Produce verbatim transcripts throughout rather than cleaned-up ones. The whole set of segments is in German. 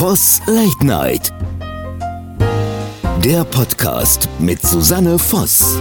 Voss Late Night. Der Podcast mit Susanne Voss.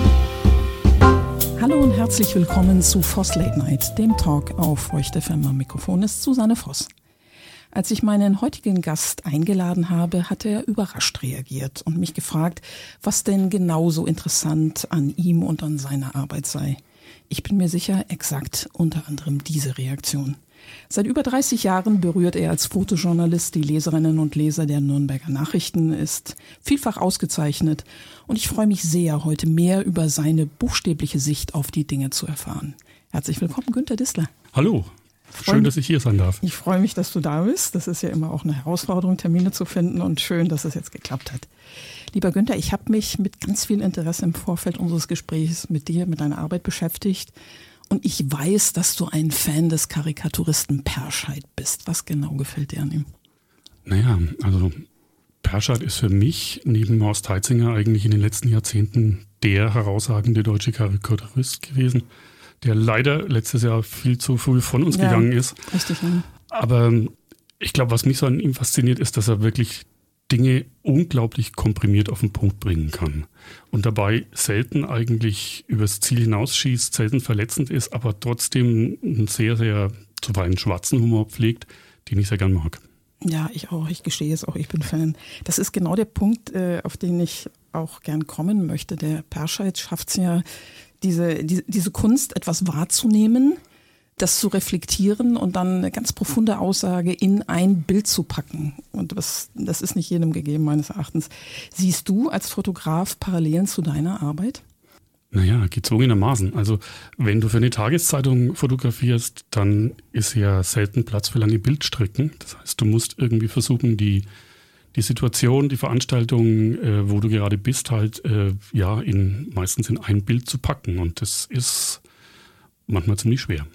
Hallo und herzlich willkommen zu Voss Late Night, dem Talk auf Feucht F M. Am Mikrofon ist Susanne Voss. Als ich meinen heutigen Gast eingeladen habe, hat er überrascht reagiert und mich gefragt, was denn genauso interessant an ihm und an seiner Arbeit sei. Ich bin mir sicher, exakt unter anderem diese Reaktion. Seit über dreißig Jahren berührt er als Fotojournalist die Leserinnen und Leser der Nürnberger Nachrichten, ist vielfach ausgezeichnet und ich freue mich sehr, heute mehr über seine buchstäbliche Sicht auf die Dinge zu erfahren. Herzlich willkommen, Günter Dissler. Hallo, schön, dass ich hier sein darf. Ich freue mich, dass du da bist. Das ist ja immer auch eine Herausforderung, Termine zu finden und schön, dass es jetzt geklappt hat. Lieber Günter, ich habe mich mit ganz viel Interesse im Vorfeld unseres Gesprächs mit dir, mit deiner Arbeit beschäftigt. Und ich weiß, dass du ein Fan des Karikaturisten Perscheid bist. Was genau gefällt dir an ihm? Naja, also Perscheid ist für mich neben Horst Heitzinger eigentlich in den letzten Jahrzehnten der herausragende deutsche Karikaturist gewesen, der leider letztes Jahr viel zu früh von uns ja, gegangen ist. Richtig, ja. Aber ich glaube, was mich so an ihm fasziniert, ist, dass er wirklich Dinge unglaublich komprimiert auf den Punkt bringen kann. Und dabei selten eigentlich übers Ziel hinausschießt, selten verletzend ist, aber trotzdem einen sehr, sehr zuweilen schwarzen Humor pflegt, den ich sehr gern mag. Ja, ich auch. Ich gestehe es auch. Ich bin Fan. Das ist genau der Punkt, auf den ich auch gern kommen möchte. Der Perscheid schafft es ja, diese, diese, diese Kunst, etwas wahrzunehmen, das zu reflektieren und dann eine ganz profunde Aussage in ein Bild zu packen. Und das, das ist nicht jedem gegeben, meines Erachtens. Siehst du als Fotograf Parallelen zu deiner Arbeit? Naja, gezwungenermaßen. Also wenn du für eine Tageszeitung fotografierst, dann ist ja selten Platz für lange Bildstrecken. Das heißt, du musst irgendwie versuchen, die, die Situation, die Veranstaltung, äh, wo du gerade bist, halt äh, ja in, meistens in ein Bild zu packen. Und das ist manchmal ziemlich schwer.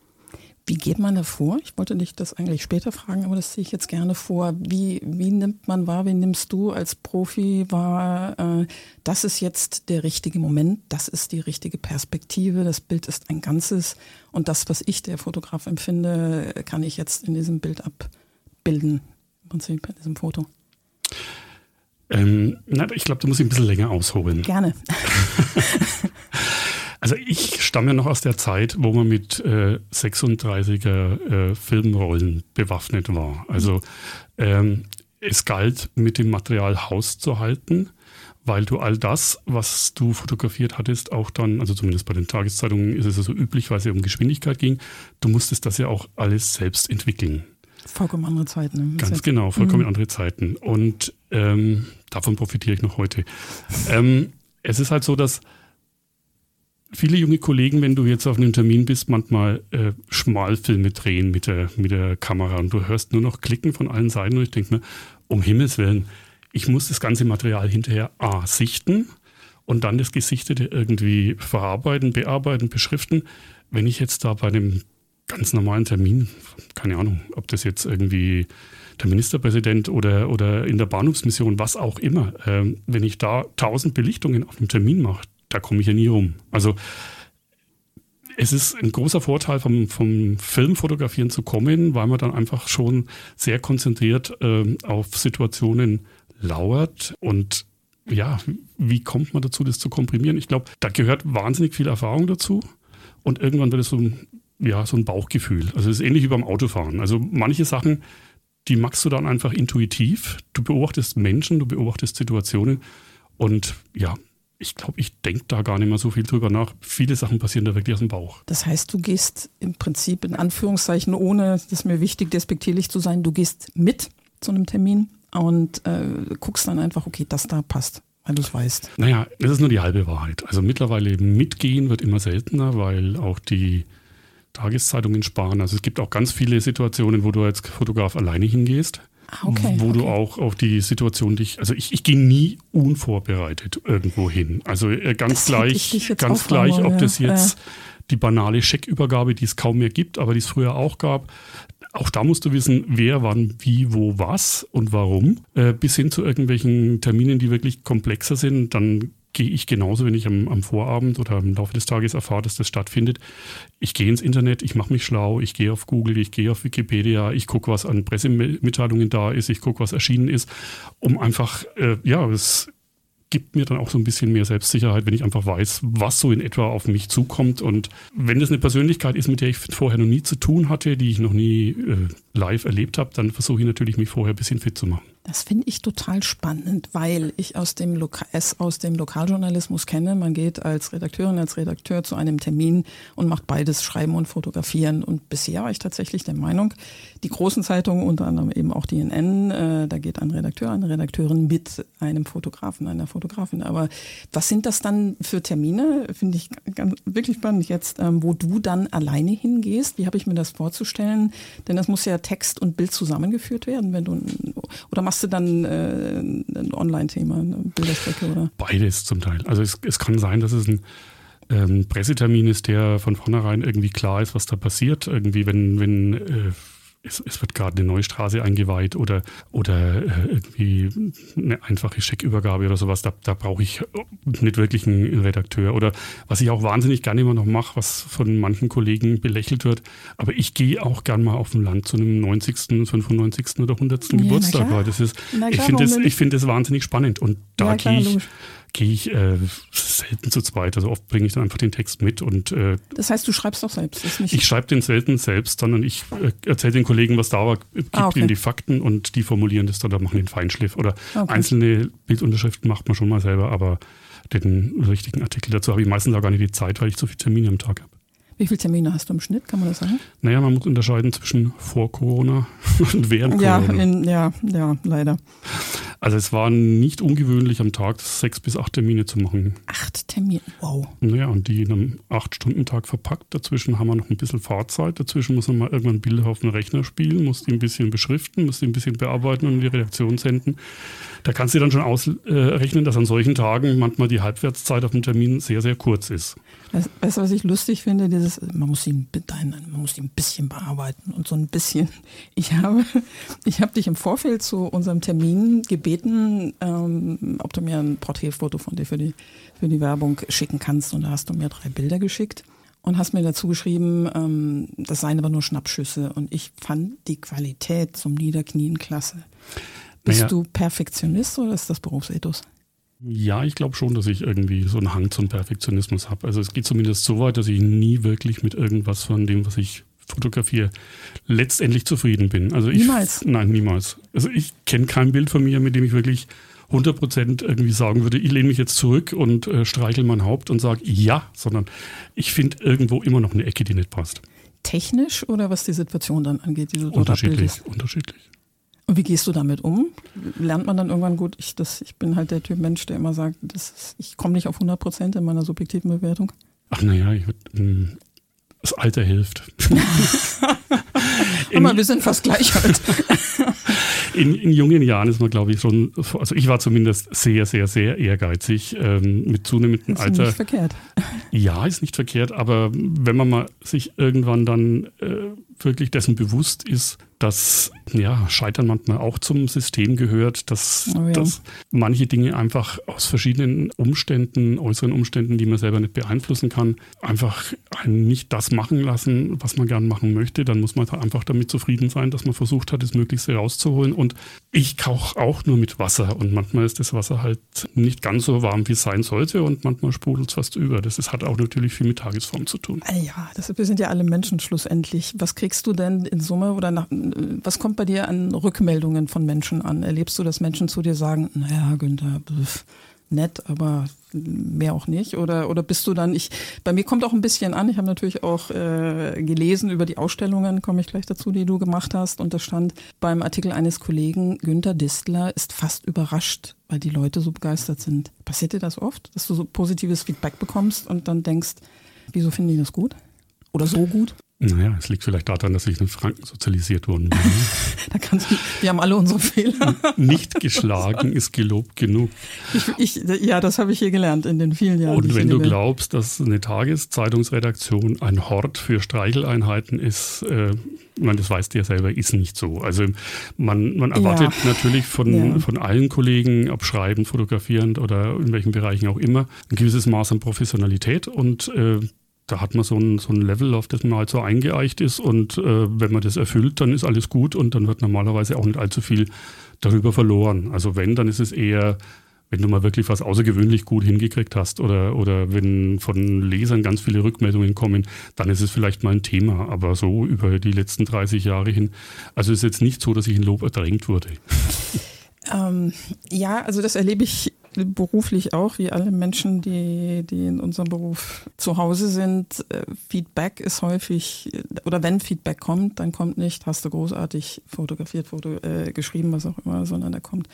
Wie geht man da vor? Ich wollte dich das eigentlich später fragen, aber das sehe ich jetzt gerne vor. Wie, wie nimmt man wahr, wie nimmst du als Profi wahr, äh, das ist jetzt der richtige Moment, das ist die richtige Perspektive, das Bild ist ein Ganzes und das, was ich, der Fotograf, empfinde, kann ich jetzt in diesem Bild abbilden, im Prinzip in diesem Foto? Ähm, na, ich glaube, du musst ein bisschen länger ausholen. Gerne. Also ich stamme ja noch aus der Zeit, wo man mit äh, sechsunddreißiger äh, Filmrollen bewaffnet war. Also ähm, es galt, mit dem Material Haus zu halten, weil du all das, was du fotografiert hattest, auch dann, also zumindest bei den Tageszeitungen ist es so üblich, weil es ja um Geschwindigkeit ging, du musstest das ja auch alles selbst entwickeln. Vollkommen andere Zeiten. Ne? Ganz genau, vollkommen mhm. andere Zeiten. Und ähm, davon profitiere ich noch heute. ähm, es ist halt so, dass viele junge Kollegen, wenn du jetzt auf einem Termin bist, manchmal äh, Schmalfilme drehen mit der, mit der Kamera und du hörst nur noch Klicken von allen Seiten und ich denke mir, um Himmels Willen, ich muss das ganze Material hinterher A, sichten und dann das Gesichtete irgendwie verarbeiten, bearbeiten, beschriften. Wenn ich jetzt da bei einem ganz normalen Termin, keine Ahnung, ob das jetzt irgendwie der Ministerpräsident oder, oder in der Bahnhofsmission, was auch immer, äh, wenn ich da tausend Belichtungen auf einem Termin mache, da komme ich ja nie rum. Also es ist ein großer Vorteil vom, vom Filmfotografieren zu kommen, weil man dann einfach schon sehr konzentriert äh, auf Situationen lauert. Und ja, wie kommt man dazu, das zu komprimieren? Ich glaube, da gehört wahnsinnig viel Erfahrung dazu und irgendwann wird es so ein, ja, so ein Bauchgefühl. Also es ist ähnlich wie beim Autofahren. Also manche Sachen, die machst du dann einfach intuitiv. Du beobachtest Menschen, du beobachtest Situationen und ja, ich glaube, ich denke da gar nicht mehr so viel drüber nach. Viele Sachen passieren da wirklich aus dem Bauch. Das heißt, du gehst im Prinzip in Anführungszeichen, ohne, das ist mir wichtig, despektierlich zu sein, du gehst mit zu einem Termin und äh, guckst dann einfach, okay, das da passt, weil du es weißt. Naja, das ist nur die halbe Wahrheit. Also mittlerweile mitgehen wird immer seltener, weil auch die Tageszeitungen sparen. Also es gibt auch ganz viele Situationen, wo du als Fotograf alleine hingehst. Okay, wo okay. du auch auf die Situation dich, also ich, ich gehe nie unvorbereitet irgendwo hin. Also äh, ganz das gleich, ganz gleich, ob ja. das jetzt ja. die banale Scheckübergabe, die es kaum mehr gibt, aber die es früher auch gab. Auch da musst du wissen, wer, wann, wie, wo, was und warum. Äh, bis hin zu irgendwelchen Terminen, die wirklich komplexer sind. Dann gehe ich genauso, wenn ich am, am Vorabend oder im Laufe des Tages erfahre, dass das stattfindet. Ich gehe ins Internet, ich mache mich schlau, ich gehe auf Google, ich gehe auf Wikipedia, ich gucke, was an Pressemitteilungen da ist, ich gucke, was erschienen ist, um einfach, äh, ja, es gibt mir dann auch so ein bisschen mehr Selbstsicherheit, wenn ich einfach weiß, was so in etwa auf mich zukommt. Und wenn das eine Persönlichkeit ist, mit der ich vorher noch nie zu tun hatte, die ich noch nie äh, live erlebt habe, dann versuche ich natürlich, mich vorher ein bisschen fit zu machen. Das finde ich total spannend, weil ich aus dem Loka- es aus dem Lokaljournalismus kenne. Man geht als Redakteurin, als Redakteur zu einem Termin und macht beides, Schreiben und Fotografieren. Und bisher war ich tatsächlich der Meinung, die großen Zeitungen, unter anderem eben auch die N N, äh, da geht ein Redakteur, eine Redakteurin mit einem Fotografen, einer Fotografin. Aber was sind das dann für Termine? Finde ich ganz, wirklich spannend jetzt, ähm, wo du dann alleine hingehst. Wie habe ich mir das vorzustellen? Denn das muss ja Text und Bild zusammengeführt werden, wenn du, oder machst du dann äh, ein Online-Thema, eine Bilderstrecke, oder? Beides zum Teil. Also es, es kann sein, dass es ein ähm, Pressetermin ist, der von vornherein irgendwie klar ist, was da passiert. Irgendwie, wenn, wenn äh, es, es wird gerade eine neue Straße eingeweiht oder, oder äh, irgendwie eine einfache Scheckübergabe oder sowas, da, da brauche ich nicht wirklich einen Redakteur. Oder was ich auch wahnsinnig gerne immer noch mache, was von manchen Kollegen belächelt wird, aber ich gehe auch gern mal auf dem Land zu einem neunzigsten, fünfundneunzigsten oder hundertsten Ja, Geburtstag. Weil das ist, klar, ich finde das, ich find das wahnsinnig spannend und da ja, gehe ich... gehe ich äh, selten zu zweit. Also oft bringe ich dann einfach den Text mit. Und äh, das heißt, du schreibst doch selbst? Ist nicht ich schreibe den selten selbst, sondern ich äh, erzähle den Kollegen, was da war, gebe ah, okay. ihnen die Fakten und die formulieren das dann, da machen den Feinschliff. Oder okay. einzelne Bildunterschriften macht man schon mal selber, aber den richtigen Artikel dazu habe ich meistens auch gar nicht die Zeit, weil ich so viele Termine am Tag habe. Wie viele Termine hast du im Schnitt, kann man das sagen? Naja, man muss unterscheiden zwischen vor Corona und während ja, Corona. In, ja, ja, leider. Also es war nicht ungewöhnlich, am Tag sechs bis acht Termine zu machen. Acht Termine, wow. Naja, und die in einem acht-Stunden-Tag verpackt. Dazwischen haben wir noch ein bisschen Fahrzeit. Dazwischen muss man mal irgendwann Bilder auf den Rechner spielen, muss die ein bisschen beschriften, muss die ein bisschen bearbeiten und in die Redaktion senden. Da kannst du dann schon ausrechnen, dass an solchen Tagen manchmal die Halbwertszeit auf dem Termin sehr, sehr kurz ist. Weißt du, was ich lustig finde? Dieses, man muss ihn, man muss ihn ein bisschen bearbeiten und so ein bisschen. Ich habe, ich habe dich im Vorfeld zu unserem Termin gebeten, ähm, ob du mir ein Porträtfoto von dir für die, für die Werbung schicken kannst. Und da hast du mir drei Bilder geschickt und hast mir dazu geschrieben, ähm, das seien aber nur Schnappschüsse. Und ich fand die Qualität zum Niederknien klasse. Bist naja. du Perfektionist oder ist das Berufsethos? Ja, ich glaube schon, dass ich irgendwie so einen Hang zum Perfektionismus habe. Also es geht zumindest so weit, dass ich nie wirklich mit irgendwas von dem, was ich fotografiere, letztendlich zufrieden bin. Also ich, niemals? Nein, niemals. Also ich kenne kein Bild von mir, mit dem ich wirklich hundert Prozent irgendwie sagen würde, ich lehne mich jetzt zurück und äh, streichel mein Haupt und sage ja, sondern ich finde irgendwo immer noch eine Ecke, die nicht passt. Technisch oder was die Situation dann angeht, die du dort Unterschiedlich, abbildest? unterschiedlich. Und wie gehst du damit um? Lernt man dann irgendwann gut? Ich, das, ich bin halt der Typ Mensch, der immer sagt, das ist, ich komme nicht auf hundert Prozent in meiner subjektiven Bewertung. Ach naja, ich würd, das Alter hilft. in, mal, wir sind fast gleich alt. in, in jungen Jahren ist man, glaube ich, schon, also ich war zumindest sehr, sehr, sehr ehrgeizig. Ähm, mit zunehmendem Alter. Ist nicht verkehrt. Ja, ist nicht verkehrt, aber wenn man mal sich irgendwann dann äh, wirklich dessen bewusst ist, dass ja, Scheitern manchmal auch zum System gehört, dass, oh ja. dass manche Dinge einfach aus verschiedenen Umständen, äußeren Umständen, die man selber nicht beeinflussen kann, einfach einen nicht das machen lassen, was man gern machen möchte, dann muss man einfach damit zufrieden sein, dass man versucht hat, das Möglichste rauszuholen. Und ich koche auch nur mit Wasser und manchmal ist das Wasser halt nicht ganz so warm, wie es sein sollte und manchmal sprudelt es fast über. Das ist, hat auch natürlich viel mit Tagesform zu tun. Ja, das, wir sind ja alle Menschen schlussendlich. Was kriegst du denn in Summe oder nach, was kommt bei dir an Rückmeldungen von Menschen an? Erlebst du, dass Menschen zu dir sagen, naja, Günther, pf, nett, aber mehr auch nicht? Oder, oder bist du dann, ich, bei mir kommt auch ein bisschen an, ich habe natürlich auch äh, gelesen über die Ausstellungen, komme ich gleich dazu, die du gemacht hast. Und da stand beim Artikel eines Kollegen, Günther Distler ist fast überrascht, weil die Leute so begeistert sind. Passiert dir das oft, dass du so positives Feedback bekommst und dann denkst, wieso finden die das gut? Oder so gut? Naja, es liegt vielleicht daran, dass ich in Franken sozialisiert worden bin. Da kannst du, wir haben alle unsere Fehler. Nicht geschlagen ist gelobt genug. Ich, ich, ja, das habe ich hier gelernt in den vielen Jahren. Und wenn du glaubst, dass eine Tageszeitungsredaktion ein Hort für Streicheleinheiten ist, äh, ich meine, das weißt du ja selber, ist nicht so. Also man, man erwartet ja. natürlich von, ja. von allen Kollegen, ob schreibend, fotografierend oder in welchen Bereichen auch immer, ein gewisses Maß an Professionalität und äh, da hat man so ein, so ein Level, auf das man halt so eingeeicht ist und äh, wenn man das erfüllt, dann ist alles gut und dann wird normalerweise auch nicht allzu viel darüber verloren. Also wenn, dann ist es eher, wenn du mal wirklich was außergewöhnlich gut hingekriegt hast oder, oder wenn von Lesern ganz viele Rückmeldungen kommen, dann ist es vielleicht mal ein Thema, aber so über die letzten dreißig Jahre hin, also es ist jetzt nicht so, dass ich in Lob ertränkt wurde. Ähm, ja, also das erlebe ich beruflich auch, wie alle Menschen, die, die in unserem Beruf zu Hause sind. Feedback ist häufig, oder wenn Feedback kommt, dann kommt nicht, hast du großartig fotografiert, foto, äh, geschrieben, was auch immer, sondern da kommt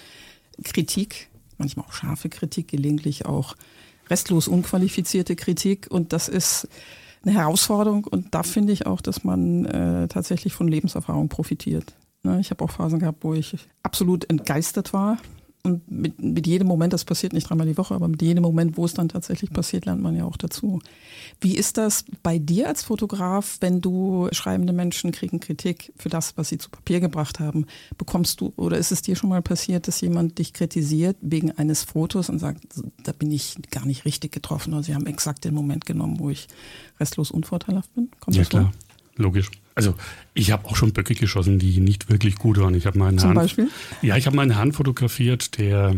Kritik, manchmal auch scharfe Kritik, gelegentlich auch restlos unqualifizierte Kritik und das ist eine Herausforderung und da finde ich auch, dass man äh, tatsächlich von Lebenserfahrung profitiert. Ne, ich habe auch Phasen gehabt, wo ich absolut entgeistert war. Und mit, mit jedem Moment, das passiert nicht dreimal die Woche, aber mit jedem Moment, wo es dann tatsächlich passiert, lernt man ja auch dazu. Wie ist das bei dir als Fotograf, wenn du schreibende Menschen kriegen Kritik für das, was sie zu Papier gebracht haben? Bekommst du, oder ist es dir schon mal passiert, dass jemand dich kritisiert wegen eines Fotos und sagt, da bin ich gar nicht richtig getroffen oder sie haben exakt den Moment genommen, wo ich restlos unvorteilhaft bin? Kommt ja, das klar. vor? Logisch. Also ich habe auch schon Böcke geschossen, die nicht wirklich gut waren. Ich habe meinen Zum Herrn, Beispiel? Ja, ich habe meinen Herrn fotografiert, der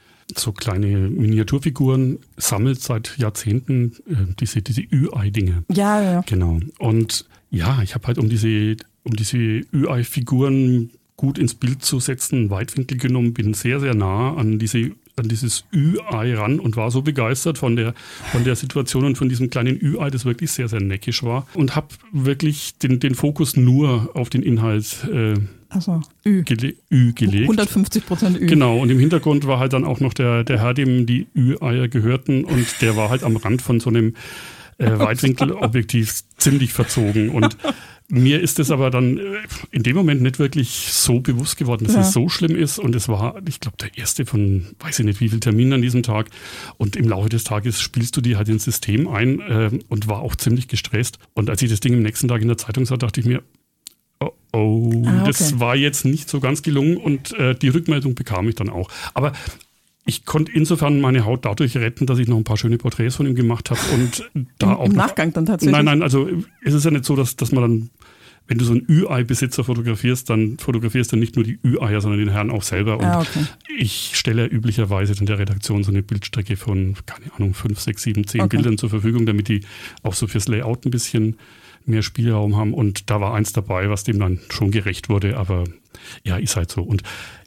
so kleine Miniaturfiguren sammelt seit Jahrzehnten, äh, diese, diese Ü-Ei-Dinge. Ja, ja. Genau. Und ja, ich habe halt um diese, um diese Ü-Ei-Figuren gut ins Bild zu setzen, Weitwinkel genommen, bin sehr, sehr nah an diese an dieses Ü-Ei ran und war so begeistert von der, von der Situation und von diesem kleinen Ü-Ei, das wirklich sehr, sehr neckisch war und habe wirklich den, den Fokus nur auf den Inhalt äh, also, Ü. Gele- Ü gelegt. hundertfünfzig Prozent Ü. Genau, und im Hintergrund war halt dann auch noch der, der Herr, dem die Ü-Eier gehörten und der war halt am Rand von so einem äh, Weitwinkelobjektiv ziemlich verzogen und mir ist es aber dann in dem Moment nicht wirklich so bewusst geworden, dass ja. es so schlimm ist. Und es war, ich glaube, der erste von, weiß ich nicht, wie viel Terminen an diesem Tag. Und im Laufe des Tages spielst du die halt ins System ein äh, und war auch ziemlich gestresst. Und als ich das Ding am nächsten Tag in der Zeitung sah, dachte ich mir, oh, oh ah, okay. das war jetzt nicht so ganz gelungen. Und äh, die Rückmeldung bekam ich dann auch. Aber ich konnte insofern meine Haut dadurch retten, dass ich noch ein paar schöne Porträts von ihm gemacht habe und da Im, auch im noch, Nachgang dann tatsächlich? Nein, nein, also es ist ja nicht so, dass, dass man dann, wenn du so einen Ü-Ei-Besitzer fotografierst, dann fotografierst du nicht nur die Ü-Eier, sondern den Herrn auch selber. Und ah, okay. ich stelle üblicherweise in der Redaktion so eine Bildstrecke von, keine Ahnung, fünf, sechs, sieben, zehn okay. Bildern zur Verfügung, damit die auch so fürs Layout ein bisschen mehr Spielraum haben. Und da war eins dabei, was dem dann schon gerecht wurde, aber ja, ist halt so. Und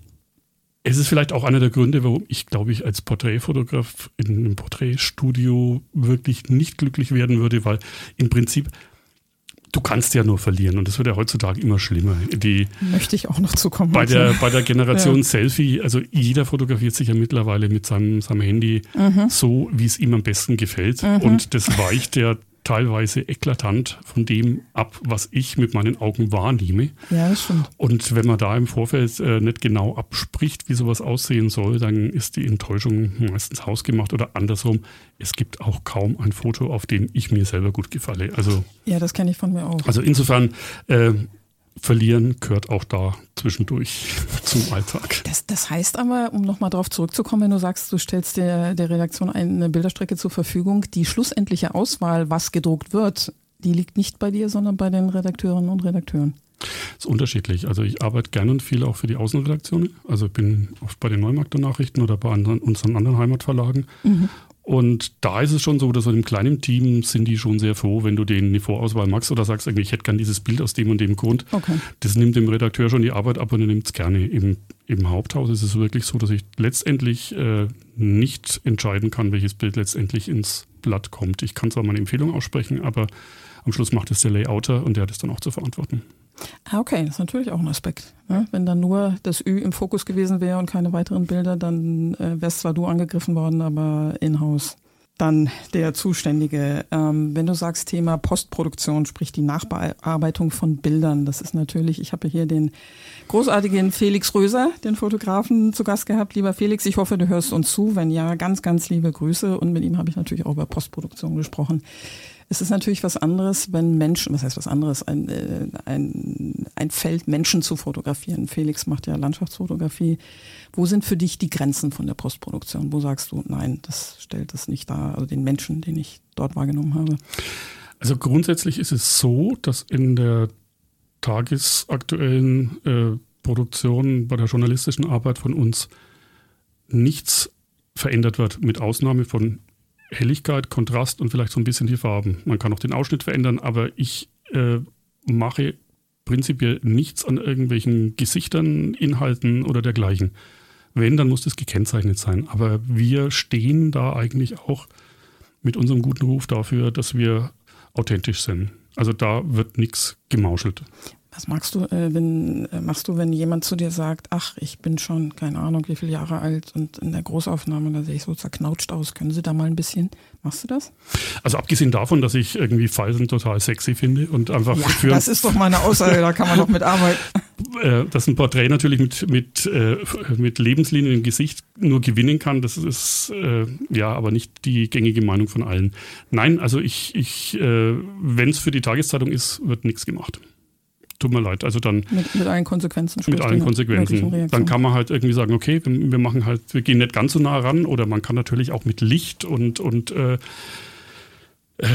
es ist vielleicht auch einer der Gründe, warum ich, glaube ich, als Porträtfotograf in einem Porträtstudio wirklich nicht glücklich werden würde, weil im Prinzip, du kannst ja nur verlieren und das wird ja heutzutage immer schlimmer. Die, Möchte ich auch noch zukommen. Bei der, bei der Generation ja. Selfie, also jeder fotografiert sich ja mittlerweile mit seinem, seinem Handy mhm. so, wie es ihm am besten gefällt mhm. und das weicht ja teilweise eklatant von dem ab, was ich mit meinen Augen wahrnehme. Ja, das stimmt. Und wenn man da im Vorfeld äh, nicht genau abspricht, wie sowas aussehen soll, dann ist die Enttäuschung meistens hausgemacht oder andersrum. Es gibt auch kaum ein Foto, auf dem ich mir selber gut gefalle. Also, ja, das kenne ich von mir auch. Also insofern, äh, Verlieren gehört auch da zwischendurch zum Alltag. Das, das heißt aber, um nochmal darauf zurückzukommen, wenn du sagst, du stellst der, der Redaktion eine Bilderstrecke zur Verfügung, die schlussendliche Auswahl, was gedruckt wird, die liegt nicht bei dir, sondern bei den Redakteurinnen und Redakteuren. Das ist unterschiedlich. Also ich arbeite gerne und viel auch für die Außenredaktionen. Also ich bin oft bei den Neumarkter Nachrichten oder bei anderen, unseren anderen Heimatverlagen. Mhm. Und da ist es schon so, dass so in einem kleinen Team sind die schon sehr froh, wenn du denen eine Vorauswahl machst oder sagst, ich hätte gern dieses Bild aus dem und dem Grund. Okay. Das nimmt dem Redakteur schon die Arbeit ab und er nimmt es gerne. Im, Im Haupthaus ist es wirklich so, dass ich letztendlich äh, nicht entscheiden kann, welches Bild letztendlich ins Blatt kommt. Ich kann zwar meine Empfehlung aussprechen, aber am Schluss macht es der Layouter und der hat es dann auch zu verantworten. Ah, okay, das ist natürlich auch ein Aspekt. Ne? Wenn dann nur das Ü im Fokus gewesen wäre und keine weiteren Bilder, dann äh, wärst zwar du angegriffen worden, aber in-house dann der Zuständige. Ähm, wenn du sagst Thema Postproduktion, sprich die Nachbearbeitung von Bildern, das ist natürlich, ich habe hier den großartigen Felix Röser, den Fotografen, zu Gast gehabt. Lieber Felix, ich hoffe, du hörst uns zu. Wenn ja, ganz, ganz liebe Grüße. Und mit ihm habe ich natürlich auch über Postproduktion gesprochen. Es ist natürlich was anderes, wenn Menschen, was heißt was anderes, ein, äh, ein, ein Feld Menschen zu fotografieren. Felix macht ja Landschaftsfotografie. Wo sind für dich die Grenzen von der Postproduktion? Wo sagst du, nein, das stellt es nicht dar, also den Menschen, den ich dort wahrgenommen habe? Also grundsätzlich ist es so, dass in der tagesaktuellen äh, Produktion, bei der journalistischen Arbeit von uns nichts verändert wird, mit Ausnahme von Helligkeit, Kontrast und vielleicht so ein bisschen die Farben. Man kann auch den Ausschnitt verändern, aber ich äh, mache prinzipiell nichts an irgendwelchen Gesichtern, Inhalten oder dergleichen. Wenn, dann muss das gekennzeichnet sein. Aber wir stehen da eigentlich auch mit unserem guten Ruf dafür, dass wir authentisch sind. Also da wird nichts gemauschelt. Was magst du, äh, wenn, äh, machst du, wenn jemand zu dir sagt, ach, ich bin schon, keine Ahnung, wie viele Jahre alt und in der Großaufnahme, da sehe ich so zerknautscht aus, können Sie da mal ein bisschen, machst du das? Also abgesehen davon, dass ich irgendwie Falten total sexy finde und einfach ja, für... das ist doch meine Aussage, da kann man doch mit arbeiten. Äh, dass ein Porträt natürlich mit, mit, äh, mit Lebenslinien im Gesicht nur gewinnen kann, das ist äh, ja aber nicht die gängige Meinung von allen. Nein, also ich, ich äh, wenn es für die Tageszeitung ist, wird nichts gemacht. Tut mir leid, also dann... Mit, mit allen Konsequenzen. Mit allen Konsequenzen. Dann kann man halt irgendwie sagen, okay, wir, wir machen halt, wir gehen nicht ganz so nah ran, oder man kann natürlich auch mit Licht und, und äh, äh,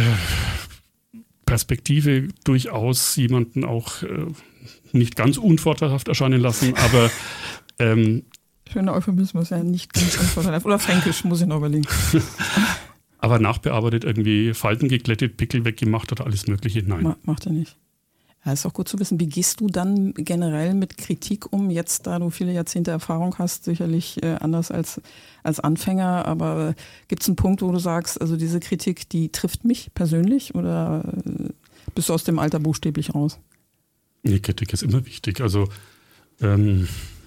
Perspektive durchaus jemanden auch äh, nicht ganz unvorteilhaft erscheinen lassen, aber... Ähm, Schöner Euphemismus, ja, nicht ganz unvorteilhaft. Oder fränkisch, muss ich noch überlegen. Aber nachbearbeitet, irgendwie Falten geglättet, Pickel weggemacht oder alles Mögliche, nein. Ma- macht er nicht. Ja, ist auch gut zu wissen. Wie gehst du dann generell mit Kritik um? Jetzt, da du viele Jahrzehnte Erfahrung hast, sicherlich äh, anders als, als Anfänger, aber äh, gibt es einen Punkt, wo du sagst, also diese Kritik, die trifft mich persönlich, oder äh, bist du aus dem Alter buchstäblich raus? Nee, Kritik ist immer wichtig. Also ähm,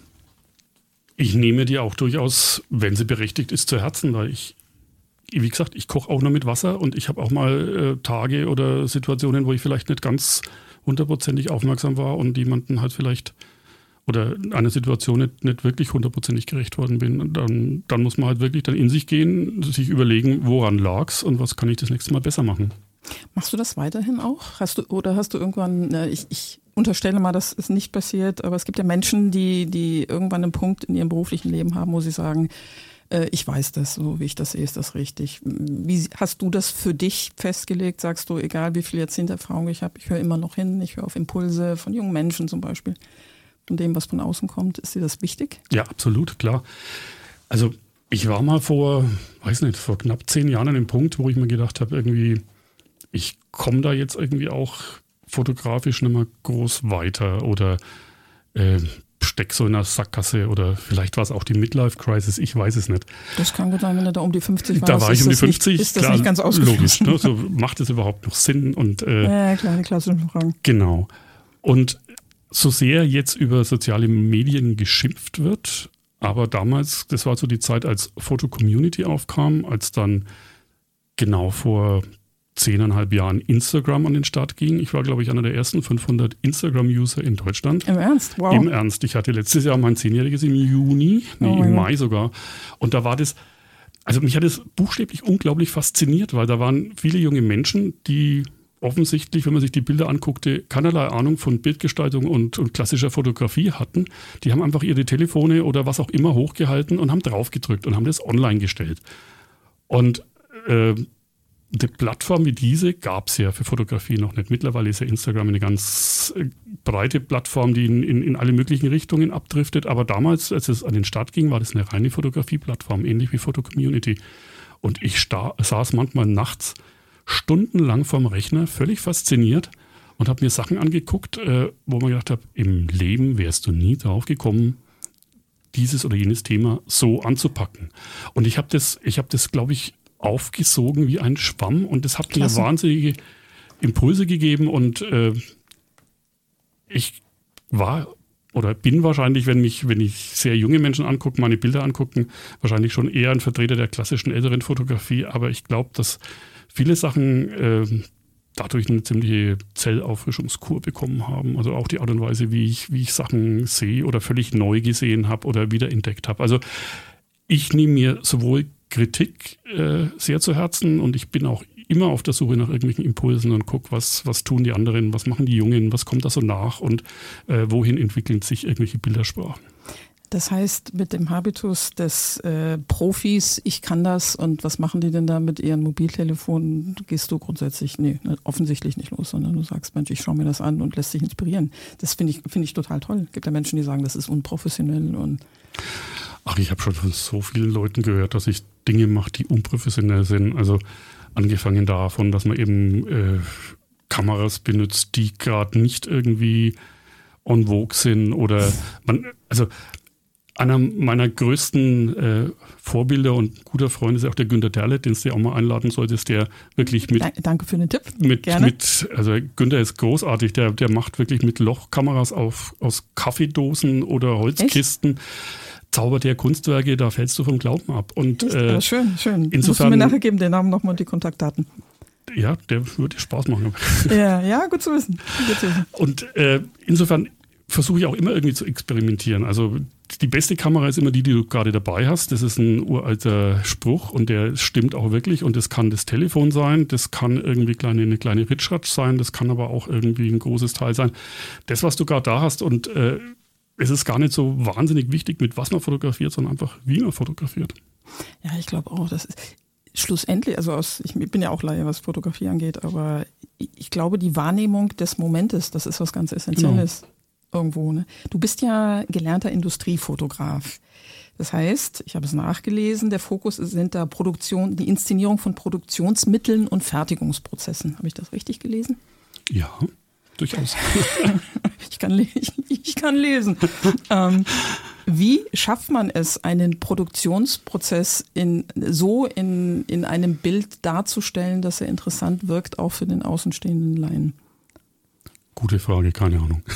ich nehme die auch durchaus, wenn sie berechtigt ist, zu Herzen, weil ich, wie gesagt, ich koche auch nur mit Wasser und ich habe auch mal äh, Tage oder Situationen, wo ich vielleicht nicht ganz hundertprozentig aufmerksam war und jemanden halt vielleicht oder einer Situation nicht, nicht wirklich hundertprozentig gerecht worden bin. Und dann, dann muss man halt wirklich dann in sich gehen, sich überlegen, woran lag's und was kann ich das nächste Mal besser machen. Machst du das weiterhin auch? Hast du, oder hast du irgendwann, äh, ich, ich unterstelle mal, das ist nicht passiert, aber es gibt ja Menschen, die, die irgendwann einen Punkt in ihrem beruflichen Leben haben, wo sie sagen, ich weiß das, so wie ich das sehe, ist das richtig. Wie hast du das für dich festgelegt? Sagst du, egal wie viel Jahrzehnte Erfahrung ich habe, ich höre immer noch hin, ich höre auf Impulse von jungen Menschen zum Beispiel, von dem, was von außen kommt. Ist dir das wichtig? Ja, absolut, klar. Also ich war mal vor, weiß nicht, vor knapp zehn Jahren an dem Punkt, wo ich mir gedacht habe, irgendwie, ich komme da jetzt irgendwie auch fotografisch nicht mehr groß weiter oder äh, steck so in einer Sackgasse oder vielleicht war es auch die Midlife-Crisis, ich weiß es nicht. Das kann gut sein, wenn du da um die fünfzig warst. Da war ich um die fünfzig, nicht, ist klar, das nicht ganz ausgeschlossen. Logisch, ne? So, macht es überhaupt noch Sinn? Und, äh, ja, klar, die klassischen Fragen. Genau. Und so sehr jetzt über soziale Medien geschimpft wird, aber damals, das war so die Zeit, als Foto-Community aufkam, als dann genau vor zehneinhalb Jahren Instagram an den Start ging. Ich war, glaube ich, einer der ersten fünfhundert Instagram-User in Deutschland. Im Ernst? Wow. Im Ernst. Ich hatte letztes Jahr mein Zehnjähriges im Juni, nee, oh im Mai sogar. Und da war das, also mich hat es buchstäblich unglaublich fasziniert, weil da waren viele junge Menschen, die offensichtlich, wenn man sich die Bilder anguckte, keinerlei Ahnung von Bildgestaltung und, und klassischer Fotografie hatten. Die haben einfach ihre Telefone oder was auch immer hochgehalten und haben draufgedrückt und haben das online gestellt. Und äh, eine Plattform wie diese gab es ja für Fotografie noch nicht. Mittlerweile ist ja Instagram eine ganz breite Plattform, die in, in, in alle möglichen Richtungen abdriftet. Aber damals, als es an den Start ging, war das eine reine Fotografie-Plattform, ähnlich wie Foto-Community. Und ich sta- saß manchmal nachts stundenlang vorm Rechner, völlig fasziniert und habe mir Sachen angeguckt, äh, wo man gedacht habe, im Leben wärst du nie drauf gekommen, dieses oder jenes Thema so anzupacken. Und ich habe das, ich habe das, glaube ich, aufgesogen wie ein Schwamm und das hat Klasse. Mir wahnsinnige Impulse gegeben und äh, ich war oder bin wahrscheinlich, wenn mich, wenn ich sehr junge Menschen angucke, meine Bilder angucken, wahrscheinlich schon eher ein Vertreter der klassischen älteren Fotografie. Aber ich glaube, dass viele Sachen äh, dadurch eine ziemliche Zellauffrischungskur bekommen haben. Also auch die Art und Weise, wie ich, wie ich Sachen sehe oder völlig neu gesehen habe oder wiederentdeckt habe. Also ich nehme mir sowohl Kritik äh, sehr zu Herzen und ich bin auch immer auf der Suche nach irgendwelchen Impulsen und gucke, was, was tun die anderen, was machen die Jungen, was kommt da so nach und äh, wohin entwickeln sich irgendwelche Bildersprachen. Das heißt, mit dem Habitus des äh, Profis, ich kann das und was machen die denn da mit ihren Mobiltelefonen, gehst du grundsätzlich, nee, offensichtlich nicht los, sondern du sagst, Mensch, ich schaue mir das an und lässt sich inspirieren. Das finde ich, finde ich total toll. Es gibt ja Menschen, die sagen, das ist unprofessionell und Ach, ich habe schon von so vielen Leuten gehört, dass ich Dinge mache, die unprofessionell sind. Also angefangen davon, dass man eben äh, Kameras benutzt, die gerade nicht irgendwie en vogue sind oder man, also einer meiner größten äh, Vorbilder und guter Freund ist auch der Günter Derlet, den du auch mal einladen solltest, der wirklich mit... Danke für den Tipp, mit, gerne. Mit, also Günter ist großartig, der, der macht wirklich mit Lochkameras auf, aus Kaffeedosen oder Holzkisten, Echt? zaubert der Kunstwerke, da fällst du vom Glauben ab. Und, äh, ja, schön, schön. Insofern, musst du mir nachher geben, den Namen nochmal und die Kontaktdaten. Ja, der würde dir Spaß machen. Ja, ja, gut zu wissen. Gut zu wissen. Und äh, insofern versuche ich auch immer irgendwie zu experimentieren. Also die beste Kamera ist immer die, die du gerade dabei hast. Das ist ein uralter Spruch und der stimmt auch wirklich. Und das kann das Telefon sein, das kann irgendwie kleine, eine kleine Ritschratsch sein, das kann aber auch irgendwie ein großes Teil sein. Das, was du gerade da hast und äh, es ist gar nicht so wahnsinnig wichtig, mit was man fotografiert, sondern einfach, wie man fotografiert. Ja, ich glaube auch, das ist schlussendlich, also aus, ich bin ja auch Laie, was Fotografie angeht, aber ich glaube, die Wahrnehmung des Momentes, das ist was ganz Essentielles. Genau. Irgendwo, ne? Du bist ja gelernter Industriefotograf. Das heißt, ich habe es nachgelesen, der Fokus sind da Produktion, die Inszenierung von Produktionsmitteln und Fertigungsprozessen. Habe ich das richtig gelesen? Ja, durchaus. ich, kann, ich, ich kann lesen. ähm, wie schafft man es, einen Produktionsprozess in, so in, in einem Bild darzustellen, dass er interessant wirkt, auch für den außenstehenden Laien? Gute Frage, keine Ahnung.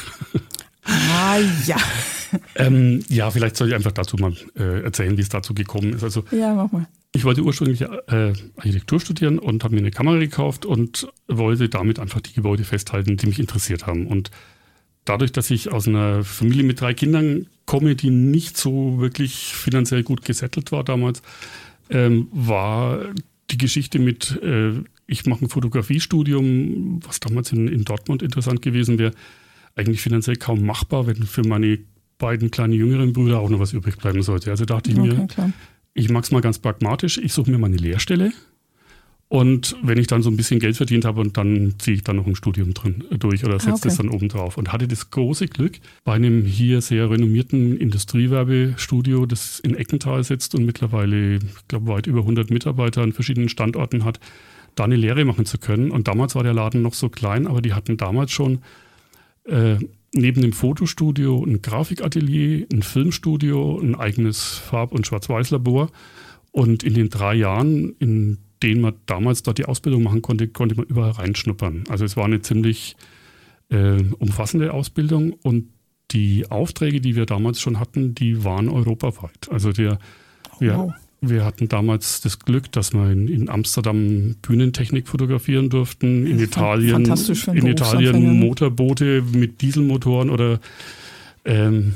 Ah ja. ähm, ja, vielleicht soll ich einfach dazu mal äh, erzählen, wie es dazu gekommen ist. Also, ja, mach mal. Ich wollte ursprünglich äh, Architektur studieren und habe mir eine Kamera gekauft und wollte damit einfach die Gebäude festhalten, die mich interessiert haben. Und dadurch, dass ich aus einer Familie mit drei Kindern komme, die nicht so wirklich finanziell gut gesettelt war damals, ähm, war die Geschichte mit, äh, ich mache ein Fotografiestudium, was damals in, in Dortmund interessant gewesen wäre, eigentlich finanziell kaum machbar, wenn für meine beiden kleinen jüngeren Brüder auch noch was übrig bleiben sollte. Also dachte ich okay, mir, klar. Ich mache es mal ganz pragmatisch, ich suche mir mal eine Lehrstelle und wenn ich dann so ein bisschen Geld verdient habe und dann ziehe ich dann noch ein Studium drin durch oder setze ah, okay. das dann oben drauf. Und hatte das große Glück, bei einem hier sehr renommierten Industriewerbestudio, das in Eckental sitzt und mittlerweile, ich glaube, weit über hundert Mitarbeiter an verschiedenen Standorten hat, da eine Lehre machen zu können. Und damals war der Laden noch so klein, aber die hatten damals schon Äh, neben dem Fotostudio ein Grafikatelier, ein Filmstudio, ein eigenes Farb- und Schwarz-Weiß-Labor. Und in den drei Jahren, in denen man damals dort die Ausbildung machen konnte, konnte man überall reinschnuppern. Also es war eine ziemlich äh, umfassende Ausbildung und die Aufträge, die wir damals schon hatten, die waren europaweit. Also der, wir, wow. wir hatten damals das Glück, dass wir in, in Amsterdam Bühnentechnik fotografieren durften, in Italien, in Italien Motorboote mit Dieselmotoren oder ähm,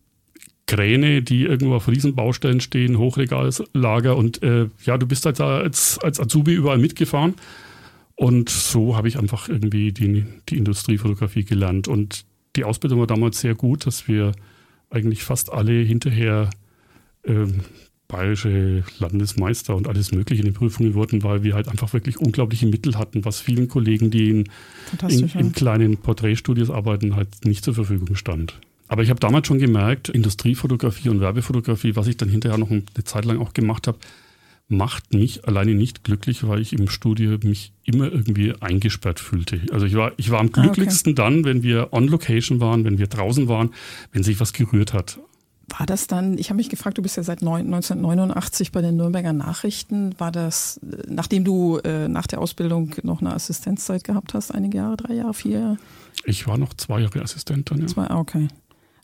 Kräne, die irgendwo auf Riesenbaustellen stehen, Hochregallager und äh, ja, du bist halt da als, als Azubi überall mitgefahren und so habe ich einfach irgendwie die, die Industriefotografie gelernt und die Ausbildung war damals sehr gut, dass wir eigentlich fast alle hinterher ähm, bayerische Landesmeister und alles Mögliche in den Prüfungen wurden, weil wir halt einfach wirklich unglaubliche Mittel hatten, was vielen Kollegen, die in, in, in kleinen Porträtstudios arbeiten, halt nicht zur Verfügung stand. Aber ich habe damals schon gemerkt, Industriefotografie und Werbefotografie, was ich dann hinterher noch eine Zeit lang auch gemacht habe, macht mich alleine nicht glücklich, weil ich im Studio mich immer irgendwie eingesperrt fühlte. Also ich war, ich war am glücklichsten ah, okay. dann, wenn wir on Location waren, wenn wir draußen waren, wenn sich was gerührt hat. War das dann, ich habe mich gefragt, du bist ja seit neunzehnhundertneunundachtzig bei den Nürnberger Nachrichten, war das, nachdem du äh, nach der Ausbildung noch eine Assistenzzeit gehabt hast, einige Jahre, drei Jahre, vier Jahre? Ich war noch zwei Jahre Assistent dann, ja. Zwei, okay.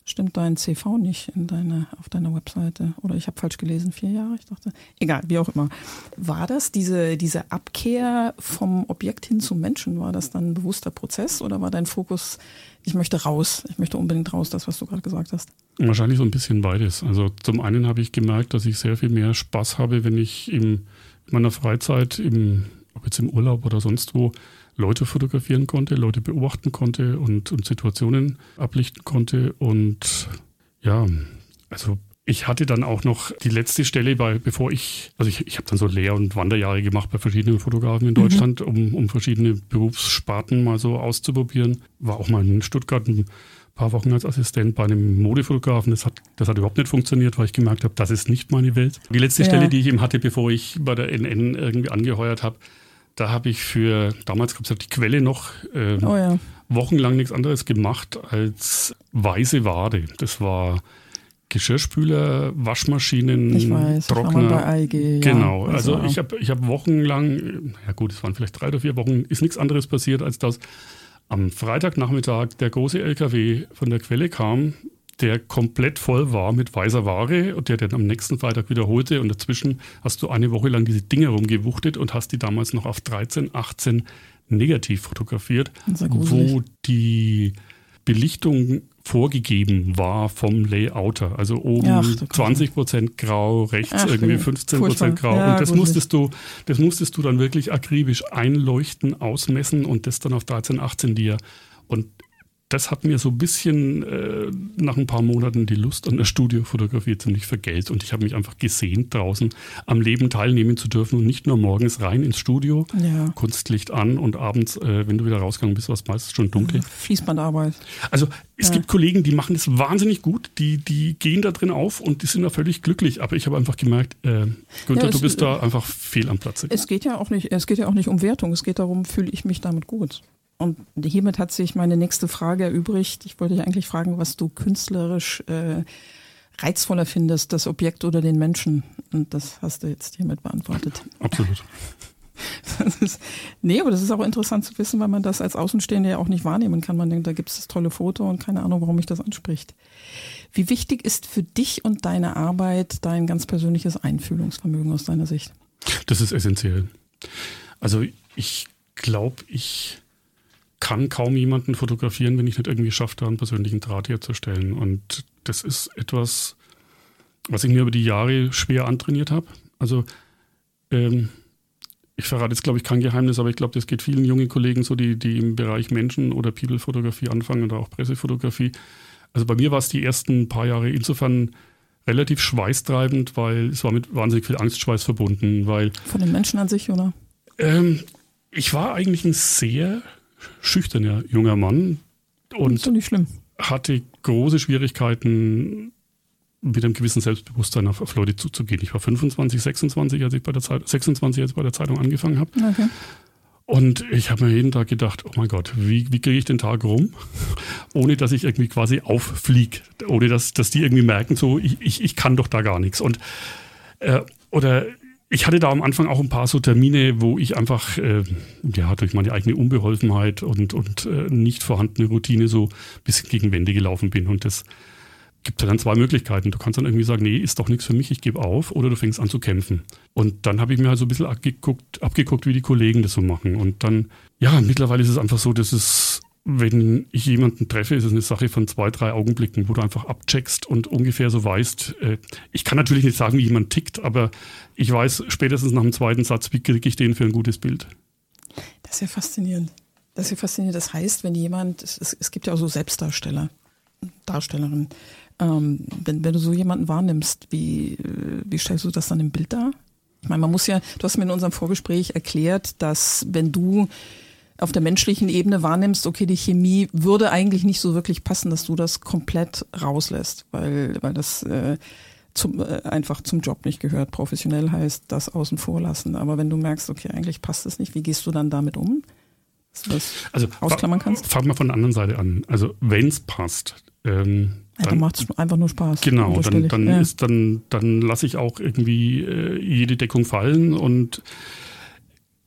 Stimmt dein C V nicht in deine, auf deiner Webseite? Oder ich habe falsch gelesen, vier Jahre, ich dachte. Egal, wie auch immer. War das diese, diese Abkehr vom Objekt hin zum Menschen? War das dann ein bewusster Prozess oder war dein Fokus, ich möchte raus, ich möchte unbedingt raus, das, was du gerade gesagt hast? Wahrscheinlich so ein bisschen beides. Also zum einen habe ich gemerkt, dass ich sehr viel mehr Spaß habe, wenn ich in meiner Freizeit, im, ob jetzt im Urlaub oder sonst wo, Leute fotografieren konnte, Leute beobachten konnte und, und Situationen ablichten konnte. Und ja, also ich hatte dann auch noch die letzte Stelle, bei, bevor ich, also ich, ich habe dann so Lehr- und Wanderjahre gemacht bei verschiedenen Fotografen in Deutschland, mhm. um, um verschiedene Berufssparten mal so auszuprobieren. War auch mal in Stuttgart ein paar Wochen als Assistent bei einem Modefotografen. Das hat, das hat überhaupt nicht funktioniert, weil ich gemerkt habe, das ist nicht meine Welt. Die letzte ja. Stelle, die ich eben hatte, bevor ich bei der N N irgendwie angeheuert habe, da habe ich für, damals gab es ja die Quelle noch, äh, oh ja. wochenlang nichts anderes gemacht als weiße Ware. Das war Geschirrspüler, Waschmaschinen, ich weiß, Trockner. Das war bei A E G, genau, ja, also ich habe ich hab wochenlang, ja gut, es waren vielleicht drei oder vier Wochen, ist nichts anderes passiert, als dass am Freitagnachmittag der große L K W von der Quelle kam, der komplett voll war mit weißer Ware und der dann am nächsten Freitag wiederholte und dazwischen hast du eine Woche lang diese Dinge rumgewuchtet und hast die damals noch auf dreizehn, achtzehn negativ fotografiert, wo die Belichtung vorgegeben war vom Layouter. Also oben Ach, zwanzig Prozent grau, rechts Ach, irgendwie fünfzehn Prozent grau. Ja, und das musstest du, das musstest du dann wirklich akribisch einleuchten, ausmessen und das dann auf dreizehn, achtzehn dir. Und das hat mir so ein bisschen äh, nach ein paar Monaten die Lust an der Studiofotografie ziemlich vergällt. Und ich habe mich einfach gesehnt, draußen am Leben teilnehmen zu dürfen und nicht nur morgens rein ins Studio, ja. Kunstlicht an und abends, äh, wenn du wieder rausgegangen bist, war es meistens schon dunkel. Fließbandarbeit. Also es ja. gibt Kollegen, die machen das wahnsinnig gut, die, die gehen da drin auf und die sind da völlig glücklich. Aber ich habe einfach gemerkt, äh, Günther, ja, es, du bist da einfach fehl am Platze. Es geht ja auch nicht, es geht ja auch nicht um Wertung, es geht darum, fühle ich mich damit gut. Und hiermit hat sich meine nächste Frage erübrigt. Ich wollte dich eigentlich fragen, was du künstlerisch äh, reizvoller findest, das Objekt oder den Menschen. Und das hast du jetzt hiermit beantwortet. Absolut. Das ist, nee, aber das ist auch interessant zu wissen, weil man das als Außenstehender ja auch nicht wahrnehmen kann. Man denkt, da gibt es das tolle Foto und keine Ahnung, warum mich das anspricht. Wie wichtig ist für dich und deine Arbeit dein ganz persönliches Einfühlungsvermögen aus deiner Sicht? Das ist essentiell. Also ich glaube, ich kann kaum jemanden fotografieren, wenn ich nicht irgendwie schaffe, da einen persönlichen Draht herzustellen. Und das ist etwas, was ich mir über die Jahre schwer antrainiert habe. Also ähm, ich verrate jetzt, glaube ich, kein Geheimnis, aber ich glaube, das geht vielen jungen Kollegen so, die, die im Bereich Menschen- oder People-Fotografie anfangen oder auch Pressefotografie. Also bei mir war es die ersten paar Jahre insofern relativ schweißtreibend, weil es war mit wahnsinnig viel Angstschweiß verbunden. Weil, von den Menschen an sich, oder? Ähm, ich war eigentlich ein sehr schüchterner junger Mann und ist doch nicht schlimm. hatte große Schwierigkeiten, mit einem gewissen Selbstbewusstsein auf, auf Leute zuzugehen. Ich war fünfundzwanzig, sechsundzwanzig, als ich bei der Zeit, sechsundzwanzig, als ich bei der Zeitung angefangen habe. Okay. Und ich habe mir jeden Tag gedacht, oh mein Gott, wie, wie kriege ich den Tag rum, ohne dass ich irgendwie quasi auffliege, ohne dass, dass die irgendwie merken, so ich, ich, ich kann doch da gar nichts. Und äh, oder ich hatte da am Anfang auch ein paar so Termine, wo ich einfach, äh, ja, durch meine eigene Unbeholfenheit und, und äh, nicht vorhandene Routine so ein bisschen gegen Wände gelaufen bin. Und das gibt ja dann zwei Möglichkeiten. Du kannst dann irgendwie sagen, nee, ist doch nichts für mich, ich gebe auf. Oder du fängst an zu kämpfen. Und dann habe ich mir halt so ein bisschen abgeguckt, abgeguckt, wie die Kollegen das so machen. Und dann, ja, mittlerweile ist es einfach so, dass es, wenn ich jemanden treffe, ist es eine Sache von zwei, drei Augenblicken, wo du einfach abcheckst und ungefähr so weißt, äh, ich kann natürlich nicht sagen, wie jemand tickt, aber ich weiß spätestens nach dem zweiten Satz, wie kriege ich den für ein gutes Bild. Das ist ja faszinierend. Das ist ja faszinierend. Das heißt, wenn jemand, es, es gibt ja auch so Selbstdarsteller, Darstellerinnen, ähm, wenn, wenn du so jemanden wahrnimmst, wie, wie stellst du das dann im Bild dar? Ich meine, man muss ja, du hast mir in unserem Vorgespräch erklärt, dass wenn du auf der menschlichen Ebene wahrnimmst, okay, die Chemie würde eigentlich nicht so wirklich passen, dass du das komplett rauslässt, weil, weil das äh, zum, äh, einfach zum Job nicht gehört. Professionell heißt das außen vor lassen. Aber wenn du merkst, okay, eigentlich passt es nicht, wie gehst du dann damit um? Dass du das also, ausklammern kannst? Fang mal von der anderen Seite an. Also wenn es passt, ähm, ja, dann macht es einfach nur Spaß. Genau, dann, dann, ja. ist, dann, dann lasse ich auch irgendwie äh, jede Deckung fallen und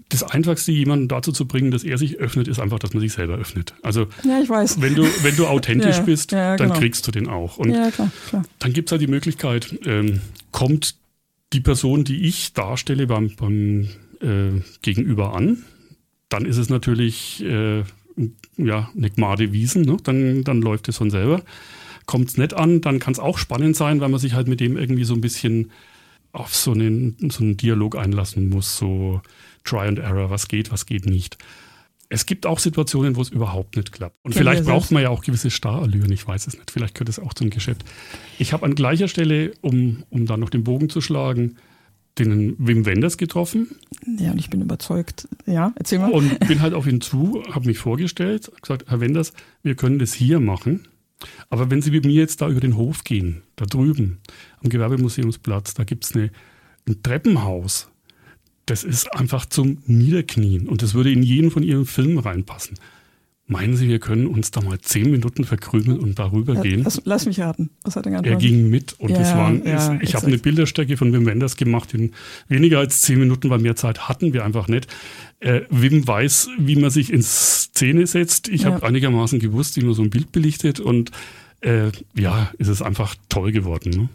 das Einfachste, jemanden dazu zu bringen, dass er sich öffnet, ist einfach, dass man sich selber öffnet. Also ja, ich weiß. Wenn du, wenn du authentisch ja, bist, ja, dann genau. kriegst du den auch. Und ja, klar, klar. dann gibt es halt die Möglichkeit, ähm, kommt die Person, die ich darstelle, beim, beim äh, Gegenüber an, dann ist es natürlich äh, ja, eine Gmade Wiesen, ne? dann, dann läuft es von selber. Kommt es nicht an, dann kann es auch spannend sein, weil man sich halt mit dem irgendwie so ein bisschen auf so einen, so einen Dialog einlassen muss, so Try and Error, was geht, was geht nicht. Es gibt auch Situationen, wo es überhaupt nicht klappt. Und Kennen vielleicht wir braucht selbst. man ja auch gewisse Starallüren, ich weiß es nicht. Vielleicht gehört es auch zum Geschäft. Ich habe an gleicher Stelle, um, um da noch den Bogen zu schlagen, den Wim Wenders getroffen. Ja, und ich bin überzeugt. Ja, erzähl mal. Und bin halt auf ihn zu, habe mich vorgestellt, gesagt, Herr Wenders, wir können das hier machen. Aber wenn Sie mit mir jetzt da über den Hof gehen, da drüben am Gewerbemuseumsplatz, da gibt es ein Treppenhaus. Das ist einfach zum Niederknien und das würde in jeden von Ihren Filmen reinpassen. Meinen Sie, wir können uns da mal zehn Minuten verkrümeln und darüber Ja, gehen? lass, lass mich raten. Was hat er Er geantwortet? ging mit und Ja, das waren, ja, ich exakt. habe eine Bilderstrecke von Wim Wenders gemacht in weniger als zehn Minuten, weil mehr Zeit hatten wir einfach nicht. Äh, Wim weiß, wie man sich in Szene setzt. Ich Ja. habe einigermaßen gewusst, wie man so ein Bild belichtet und äh, ja, es ist einfach toll geworden. Ne?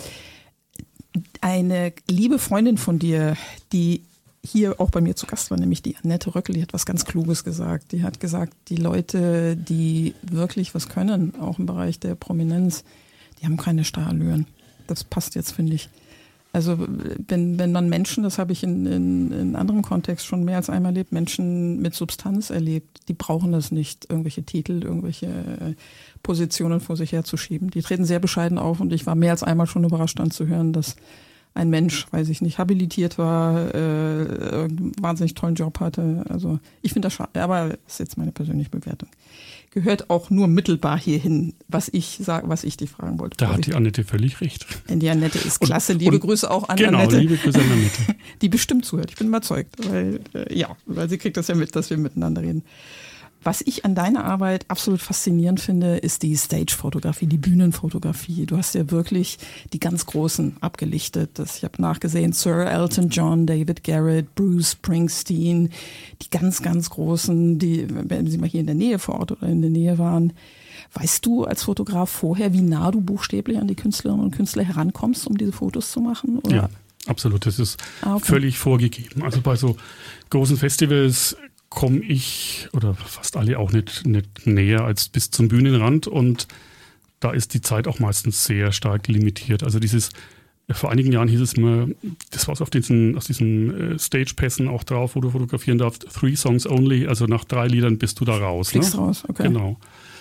Eine liebe Freundin von dir, die hier auch bei mir zu Gast war, nämlich die Annette Röckel, die hat was ganz Kluges gesagt. Die hat gesagt, die Leute, die wirklich was können, auch im Bereich der Prominenz, die haben keine Starallüren. Das passt jetzt, finde ich. Also wenn, wenn man Menschen, das habe ich in, in, in anderem Kontext schon mehr als einmal erlebt, Menschen mit Substanz erlebt, die brauchen das nicht, irgendwelche Titel, irgendwelche äh, Positionen vor sich herzuschieben. Die treten sehr bescheiden auf und ich war mehr als einmal schon überrascht dann zu hören, dass ein Mensch, weiß ich nicht, habilitiert war, äh, einen wahnsinnig tollen Job hatte. Also ich finde das schade, aber das ist jetzt meine persönliche Bewertung. Gehört auch nur mittelbar hierhin, was ich sage, was ich dich fragen wollte. Da hat die Annette völlig recht. Denn die Annette ist Und- klasse. Liebe und- Grüße auch an Genau, Annette, liebe Grüße an Annette. die bestimmt zuhört. Ich bin überzeugt, weil äh, ja, weil sie kriegt das ja mit, dass wir miteinander reden. Was ich an deiner Arbeit absolut faszinierend finde, ist die Stage-Fotografie, die Bühnenfotografie. Du hast ja wirklich die ganz Großen abgelichtet. Das, ich habe nachgesehen, Sir Elton John, David Garrett, Bruce Springsteen, die ganz, ganz Großen, die, wenn sie mal hier in der Nähe vor Ort oder in der Nähe waren. Weißt du als Fotograf vorher, wie nah du buchstäblich an die Künstlerinnen und Künstler herankommst, um diese Fotos zu machen? Oder? Ja, absolut. Das ist Ah, okay. völlig vorgegeben. Also bei so großen Festivals komme ich oder fast alle auch nicht, nicht näher als bis zum Bühnenrand und da ist die Zeit auch meistens sehr stark limitiert. Also dieses, vor einigen Jahren hieß es immer, das war auf diesen, aus diesen äh, Stage-Pässen auch drauf, wo du fotografieren darfst, three songs only, also nach drei Liedern bist du da raus. Fliegst Ne? raus, okay. Genau.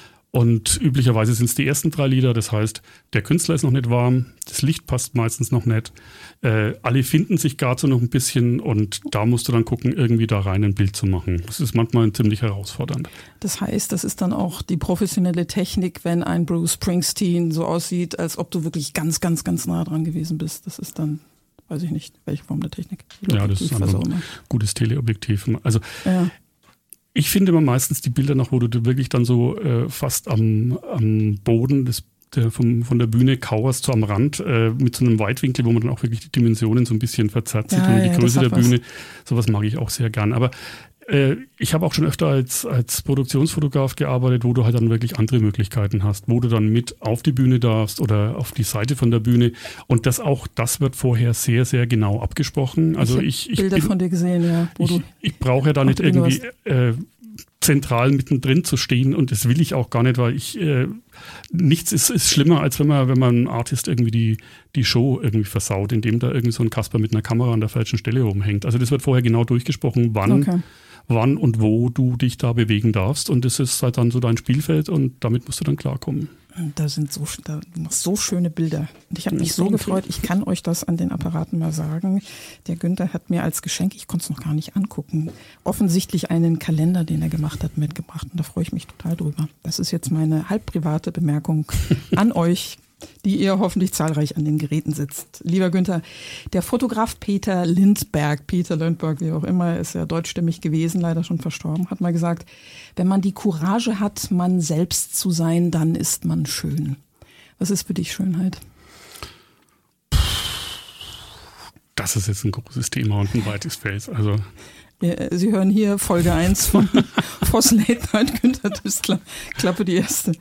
Und üblicherweise sind es die ersten drei Lieder, das heißt, der Künstler ist noch nicht warm, das Licht passt meistens noch nicht, äh, alle finden sich gerade so noch ein bisschen und da musst du dann gucken, irgendwie da rein ein Bild zu machen. Das ist manchmal ziemlich herausfordernd. Das heißt, das ist dann auch die professionelle Technik, wenn ein Bruce Springsteen so aussieht, als ob du wirklich ganz, ganz, ganz nah dran gewesen bist. Das ist dann, weiß ich nicht, welche Form der Technik. Ja, das ist was einfach auch immer. ein gutes Teleobjektiv. Also Ja. ich finde immer meistens die Bilder noch, wo du wirklich dann so äh, fast am, am Boden des, der, vom, von der Bühne kauerst, so am Rand, äh, mit so einem Weitwinkel, wo man dann auch wirklich die Dimensionen so ein bisschen verzerrt sieht Ja, und die ja, Größe das der hat was. Bühne. Sowas mag ich auch sehr gern. Aber äh, ich habe auch schon öfter als, als Produktionsfotograf gearbeitet, wo du halt dann wirklich andere Möglichkeiten hast, wo du dann mit auf die Bühne darfst oder auf die Seite von der Bühne. Und das auch, das wird vorher sehr, sehr genau abgesprochen. Also hab ich, ich Bilder bin, von dir gesehen, ja. Wo ich, du, ich brauche ja da auf nicht der Bühne irgendwie äh, zentral mittendrin zu stehen und das will ich auch gar nicht, weil ich äh, nichts ist, ist schlimmer, als wenn man, wenn man einem Artist irgendwie die, die Show irgendwie versaut, indem da irgendwie so ein Kasper mit einer Kamera an der falschen Stelle rumhängt. Also das wird vorher genau durchgesprochen, wann, okay. wann und wo du dich da bewegen darfst und das ist halt dann so dein Spielfeld und damit musst du dann klarkommen. Da sind so, da, du machst so schöne Bilder. Und ich habe Ja, mich so danke. gefreut, ich kann euch das an den Apparaten mal sagen. Der Günther hat mir als Geschenk, ich konnte es noch gar nicht angucken, offensichtlich einen Kalender, den er gemacht hat, mitgebracht. Und da freue ich mich total drüber. Das ist jetzt meine halb private Bemerkung an euch, die ihr hoffentlich zahlreich an den Geräten sitzt. Lieber Günther, der Fotograf Peter Lindberg, Peter Lindberg, wie auch immer, ist ja deutschstämmig gewesen, leider schon verstorben, hat mal gesagt, wenn man die Courage hat, man selbst zu sein, dann ist man schön. Was ist für dich Schönheit? Das ist jetzt ein großes Thema und ein weites Feld. Also Ja, Sie hören hier Folge eins von Voss Late Night, Günter Düstler, Klappe die erste.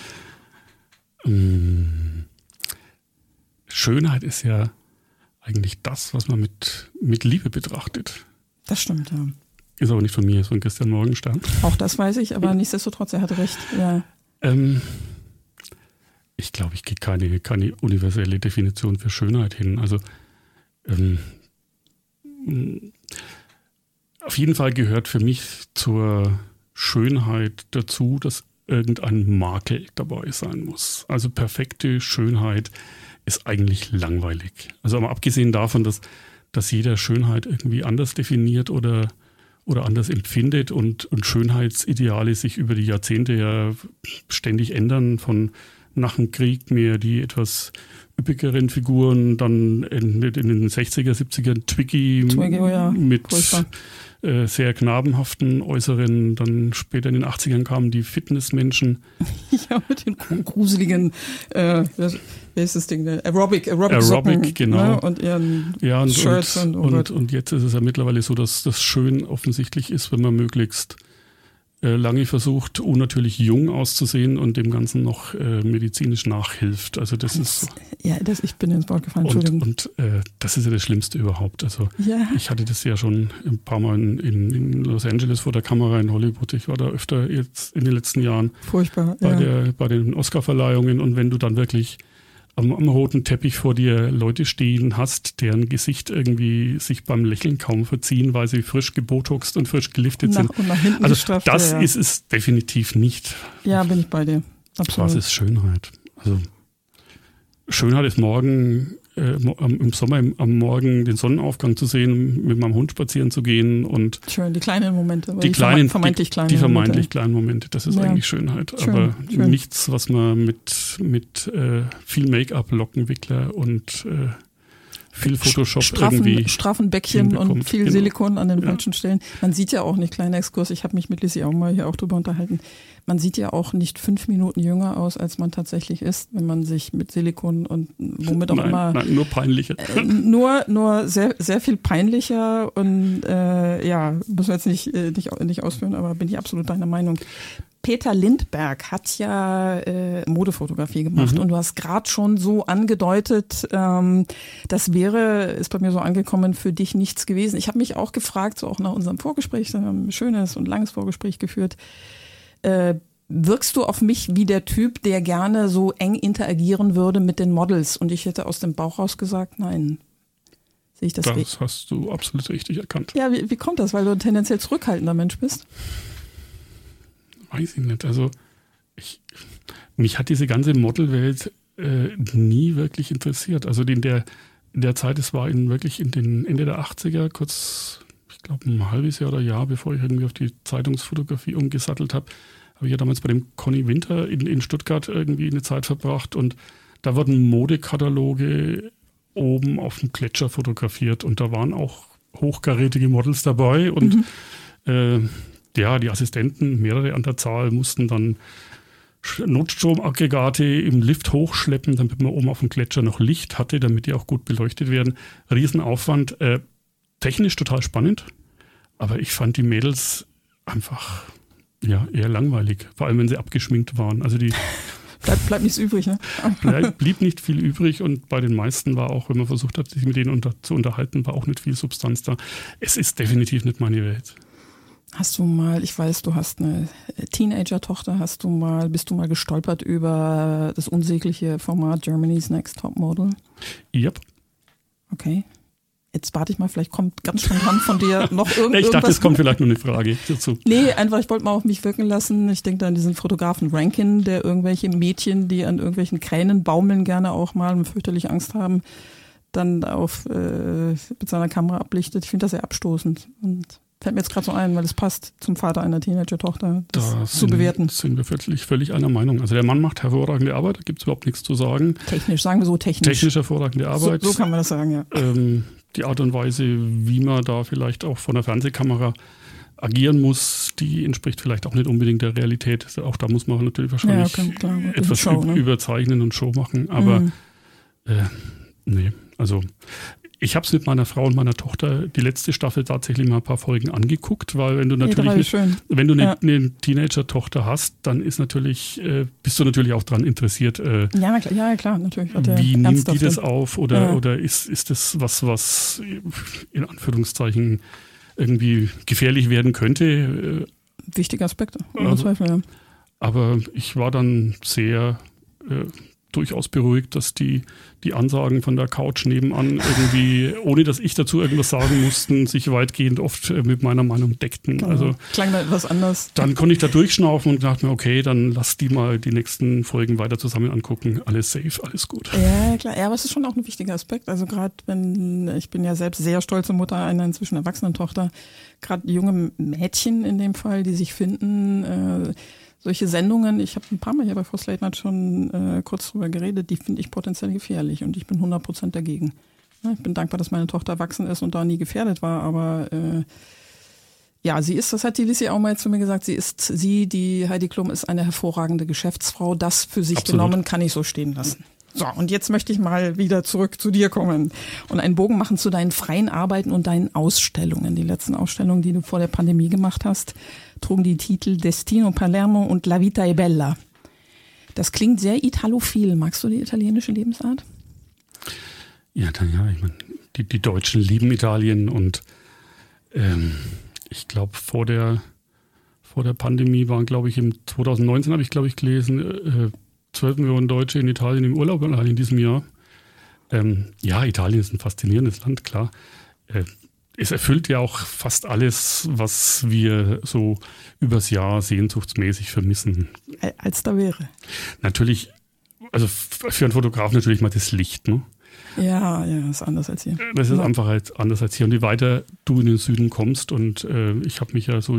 Schönheit ist ja eigentlich das, was man mit, mit Liebe betrachtet. Das stimmt, ja. Ist aber nicht von mir, ist von Christian Morgenstern. Auch das weiß ich, aber nichtsdestotrotz, er hatte recht, ja. Ähm, ich glaube, ich gehe keine, keine universelle Definition für Schönheit hin. Also ähm, auf jeden Fall gehört für mich zur Schönheit dazu, dass irgendein Makel dabei sein muss. Also perfekte Schönheit ist eigentlich langweilig. Also mal abgesehen davon, dass, dass jeder Schönheit irgendwie anders definiert oder, oder anders empfindet und, und Schönheitsideale sich über die Jahrzehnte ja ständig ändern, von nach dem Krieg mehr die etwas üppigeren Figuren, dann in, in den sechziger, siebziger Twiggy, Twiggy oh ja, mit furchtbar. äh, sehr knabenhaften Äußeren, dann später in den achtzigern kamen die Fitnessmenschen. Ja, mit den gruseligen, äh, wie ist das Ding, Aerobic, Aerobic, Aerobic Socken, genau. Ne? Und ihren ja, und, Shirts. Und, und, und, und jetzt ist es ja mittlerweile so, dass das schön offensichtlich ist, wenn man möglichst äh, lange versucht, unnatürlich jung auszusehen und dem Ganzen noch äh, medizinisch nachhilft. Also das ist... Ja, das, ich bin ins Wort gefallen, Und, Entschuldigung. und äh, das ist ja das Schlimmste überhaupt. Also Ja. ich hatte das ja schon ein paar Mal in, in Los Angeles vor der Kamera in Hollywood. Ich war da öfter jetzt in den letzten Jahren Furchtbar, bei, ja. der, bei den Oscar-Verleihungen. Und wenn du dann wirklich am, am roten Teppich vor dir Leute stehen hast, deren Gesicht irgendwie sich beim Lächeln kaum verziehen, weil sie frisch gebotoxt und frisch geliftet Nach, sind. und nach hinten Also gestrafft, das ja. ist es definitiv nicht. Ja, bin ich bei dir. Absolut. Was ist Schönheit? Also Schönheit ist morgen, äh, im Sommer im, am Morgen den Sonnenaufgang zu sehen, mit meinem Hund spazieren zu gehen und Schön, die kleinen Momente. die, kleinen, vermeintlich kleinen die, die vermeintlich Momente. kleinen Momente, das ist Ja. eigentlich Schönheit. Schön, aber schön. nichts, was man mit, mit äh, viel Make-up, Lockenwickler und äh, viel Photoshop Straffen, irgendwie straffen Bäckchen und hinbekommt. viel Genau. Silikon an den Ja. falschen Stellen. Man sieht ja auch nicht, kleiner Exkurs, ich habe mich mit Lissy auch mal hier auch drüber unterhalten, man sieht ja auch nicht fünf Minuten jünger aus, als man tatsächlich ist, wenn man sich mit Silikon und womit auch nein, immer... nein, nur peinlicher. Äh, nur, nur sehr, sehr viel peinlicher und äh, ja, müssen wir jetzt nicht, äh, nicht, nicht ausführen, aber bin ich absolut deiner Meinung. Peter Lindbergh hat ja äh, Modefotografie gemacht Mhm. und du hast gerade schon so angedeutet, ähm, das wäre, ist bei mir so angekommen, für dich nichts gewesen. Ich habe mich auch gefragt, so auch nach unserem Vorgespräch, wir haben ein schönes und langes Vorgespräch geführt, äh, wirkst du auf mich wie der Typ, der gerne so eng interagieren würde mit den Models? Und ich hätte aus dem Bauch raus gesagt, nein. Sehe ich das, Das richtig? hast du absolut richtig erkannt. Ja, wie, wie kommt das? Weil du ein tendenziell zurückhaltender Mensch bist? Weiß ich nicht. Also ich, mich hat diese ganze Modelwelt äh, nie wirklich interessiert. Also in der, in der Zeit, es war in wirklich in den Ende der achtziger, kurz, ich glaube ein halbes Jahr oder Jahr, bevor ich irgendwie auf die Zeitungsfotografie umgesattelt habe, habe ich ja damals bei dem Conny Winter in, in Stuttgart irgendwie eine Zeit verbracht und da wurden Modekataloge oben auf dem Gletscher fotografiert und da waren auch hochkarätige Models dabei und mhm. äh, ja, die Assistenten, mehrere an der Zahl, mussten dann Notstromaggregate im Lift hochschleppen, damit man oben auf dem Gletscher noch Licht hatte, damit die auch gut beleuchtet werden. Riesenaufwand, äh, technisch total spannend, aber ich fand die Mädels einfach ja, eher langweilig, vor allem wenn sie abgeschminkt waren. Also die Bleibt, bleibt nichts übrig, ne? bleib, blieb nicht viel übrig und bei den meisten war auch, wenn man versucht hat, sich mit denen unter, zu unterhalten, war auch nicht viel Substanz da. Es ist definitiv nicht meine Welt. Hast du mal, ich weiß, du hast eine Teenager-Tochter, hast du mal, bist du mal gestolpert über das unsägliche Format Germany's Next Top Model? Yep. Okay. Jetzt warte ich mal, vielleicht kommt ganz spontan von dir noch irgend, Ich irgendwas. dachte, es kommt vielleicht noch eine Frage dazu. Nee, einfach, ich wollte mal auf mich wirken lassen. Ich denke da an diesen Fotografen Rankin, der irgendwelche Mädchen, die an irgendwelchen Kränen baumeln, gerne auch mal und fürchterlich Angst haben, dann auf äh, mit seiner Kamera ablichtet. Ich finde das sehr abstoßend und fällt mir jetzt gerade so ein, weil es passt zum Vater einer Teenager-Tochter, das Da zu sind, bewerten. sind wir völlig, völlig einer Meinung. Also der Mann macht hervorragende Arbeit, da gibt es überhaupt nichts zu sagen. Technisch, sagen wir so technisch. Technisch hervorragende Arbeit. So, so kann man das sagen, ja. Ähm, die Art und Weise, wie man da vielleicht auch von der Fernsehkamera agieren muss, die entspricht vielleicht auch nicht unbedingt der Realität. Also auch da muss man natürlich wahrscheinlich Ja, okay, klar. etwas Show, üb- ne? überzeichnen und Show machen. Aber Mhm. äh, nee, also ich habe es mit meiner Frau und meiner Tochter die letzte Staffel tatsächlich mal ein paar Folgen angeguckt, weil wenn du natürlich eine, wenn du eine, ja. eine Teenager-Tochter hast, dann ist natürlich, äh, bist du natürlich auch daran interessiert. Äh, ja, klar, ja, klar, natürlich. Wie nimmt die das auf oder, ja. oder ist, ist das was, was in Anführungszeichen irgendwie gefährlich werden könnte? Wichtige Aspekte, ohne also, Zweifel, ja. Aber ich war dann sehr äh, durchaus beruhigt, dass die, die Ansagen von der Couch nebenan irgendwie, ohne dass ich dazu irgendwas sagen musste, sich weitgehend oft mit meiner Meinung deckten. Genau. Also klang da etwas anders. Dann konnte ich da durchschnaufen und dachte mir, okay, dann lass die mal die nächsten Folgen weiter zusammen angucken. Alles safe, alles gut. Ja, klar. Ja, aber es ist schon auch ein wichtiger Aspekt. Also gerade wenn, ich bin ja selbst sehr stolze Mutter einer inzwischen erwachsenen Tochter, gerade junge Mädchen in dem Fall, die sich finden, äh, solche Sendungen, ich habe ein paar Mal hier bei Voss Late Night schon äh, kurz drüber geredet, die finde ich potenziell gefährlich und ich bin hundert Prozent dagegen. Ja, ich bin dankbar, dass meine Tochter erwachsen ist und da nie gefährdet war, aber äh, ja, sie ist, das hat die Lissy auch mal zu mir gesagt, sie ist, sie, die Heidi Klum, ist eine hervorragende Geschäftsfrau, das für sich Absolut. Genommen kann ich so stehen lassen. So, und jetzt möchte ich mal wieder zurück zu dir kommen und einen Bogen machen zu deinen freien Arbeiten und deinen Ausstellungen. Die letzten Ausstellungen, die du vor der Pandemie gemacht hast, trugen die Titel Destino Palermo und La Vita è Bella. Das klingt sehr italophil. Magst du die italienische Lebensart? Ja, dann ja, ich meine, die, die Deutschen lieben Italien und ähm, ich glaube vor der, vor der Pandemie waren, glaube ich, im zwanzig neunzehn habe ich, glaube ich, gelesen, äh, zwölf Millionen Deutsche in Italien im Urlaub allein in diesem Jahr. Ähm, ja, Italien ist ein faszinierendes Land, klar. Äh, es erfüllt ja auch fast alles, was wir so übers Jahr sehnsuchtsmäßig vermissen. Als da wäre. Natürlich, also für einen Fotografen natürlich mal das Licht, ne? Ja, ja, ist anders als hier. Das ist ja. einfach halt anders als hier. Und je weiter du in den Süden kommst und äh, ich habe mich ja so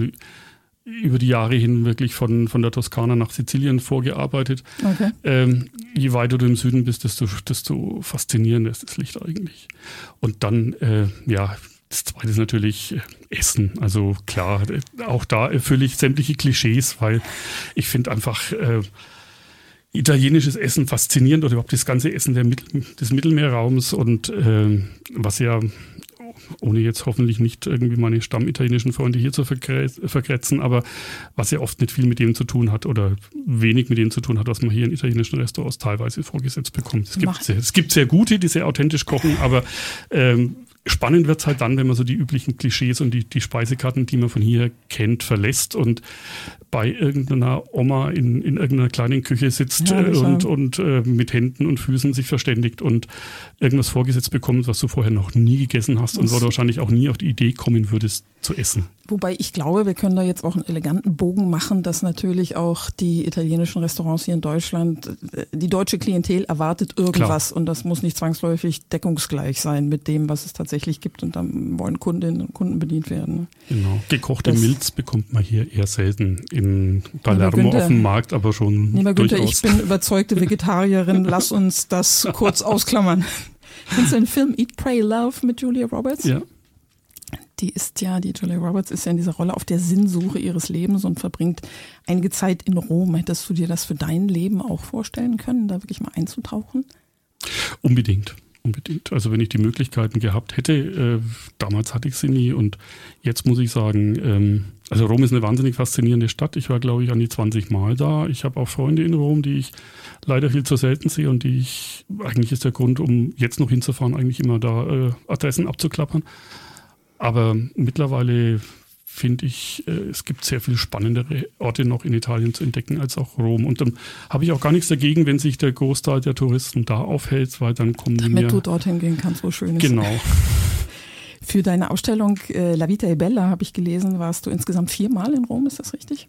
über die Jahre hin wirklich von, von der Toskana nach Sizilien vorgearbeitet. Okay. Ähm, je weiter du im Süden bist, desto, desto faszinierender ist das Licht eigentlich. Und dann, äh, ja, das Zweite ist natürlich Essen. Also klar, auch da erfülle ich sämtliche Klischees, weil ich finde einfach äh, italienisches Essen faszinierend oder überhaupt das ganze Essen der Mittel, des Mittelmeerraums und äh, was ja ohne jetzt hoffentlich nicht irgendwie meine stammitalienischen Freunde hier zu vergrätzen, aber was ja oft nicht viel mit dem zu tun hat oder wenig mit dem zu tun hat, was man hier in italienischen Restaurants teilweise vorgesetzt bekommt. Es gibt, sehr, es gibt sehr gute, die sehr authentisch kochen, aber ähm, spannend wird es halt dann, wenn man so die üblichen Klischees und die, die Speisekarten, die man von hier kennt, verlässt und bei irgendeiner Oma in, in irgendeiner kleinen Küche sitzt ja, äh, und, und äh, mit Händen und Füßen sich verständigt und irgendwas vorgesetzt bekommt, was du vorher noch nie gegessen hast und wo du wahrscheinlich auch nie auf die Idee kommen würdest, zu essen. Wobei ich glaube, wir können da jetzt auch einen eleganten Bogen machen, dass natürlich auch die italienischen Restaurants hier in Deutschland, die deutsche Klientel erwartet irgendwas Klar. und das muss nicht zwangsläufig deckungsgleich sein mit dem, was es tatsächlich gibt und dann wollen Kundinnen und Kunden bedient werden. Genau. Gekochte das, Milz bekommt man hier eher selten in Palermo Günther, auf dem Markt, aber schon Lieber Günther, durchaus. Ich bin überzeugte Vegetarierin, lass uns das kurz ausklammern. Kennst du den Film Eat, Pray, Love mit Julia Roberts? Ja. Die ist ja, die Julia Roberts ist ja in dieser Rolle auf der Sinnsuche ihres Lebens und verbringt einige Zeit in Rom. Hättest du dir das für dein Leben auch vorstellen können, da wirklich mal einzutauchen? Unbedingt, unbedingt. Also wenn ich die Möglichkeiten gehabt hätte, äh, damals hatte ich sie nie und jetzt muss ich sagen, ähm, also Rom ist eine wahnsinnig faszinierende Stadt. Ich war, glaube ich, an die zwanzig Mal da. Ich habe auch Freunde in Rom, die ich leider viel zu selten sehe und die ich, eigentlich ist der Grund, um jetzt noch hinzufahren, eigentlich immer da äh, Adressen abzuklappern. Aber mittlerweile finde ich, äh, es gibt sehr viel spannendere Orte noch in Italien zu entdecken als auch Rom. Und dann habe ich auch gar nichts dagegen, wenn sich der Großteil der Touristen da aufhält, weil dann kommen Damit die mehr... du dorthin gehen kannst, wo schön ist. Genau. Für deine Ausstellung äh, La Vita è Bella, habe ich gelesen, warst du insgesamt viermal in Rom, ist das richtig?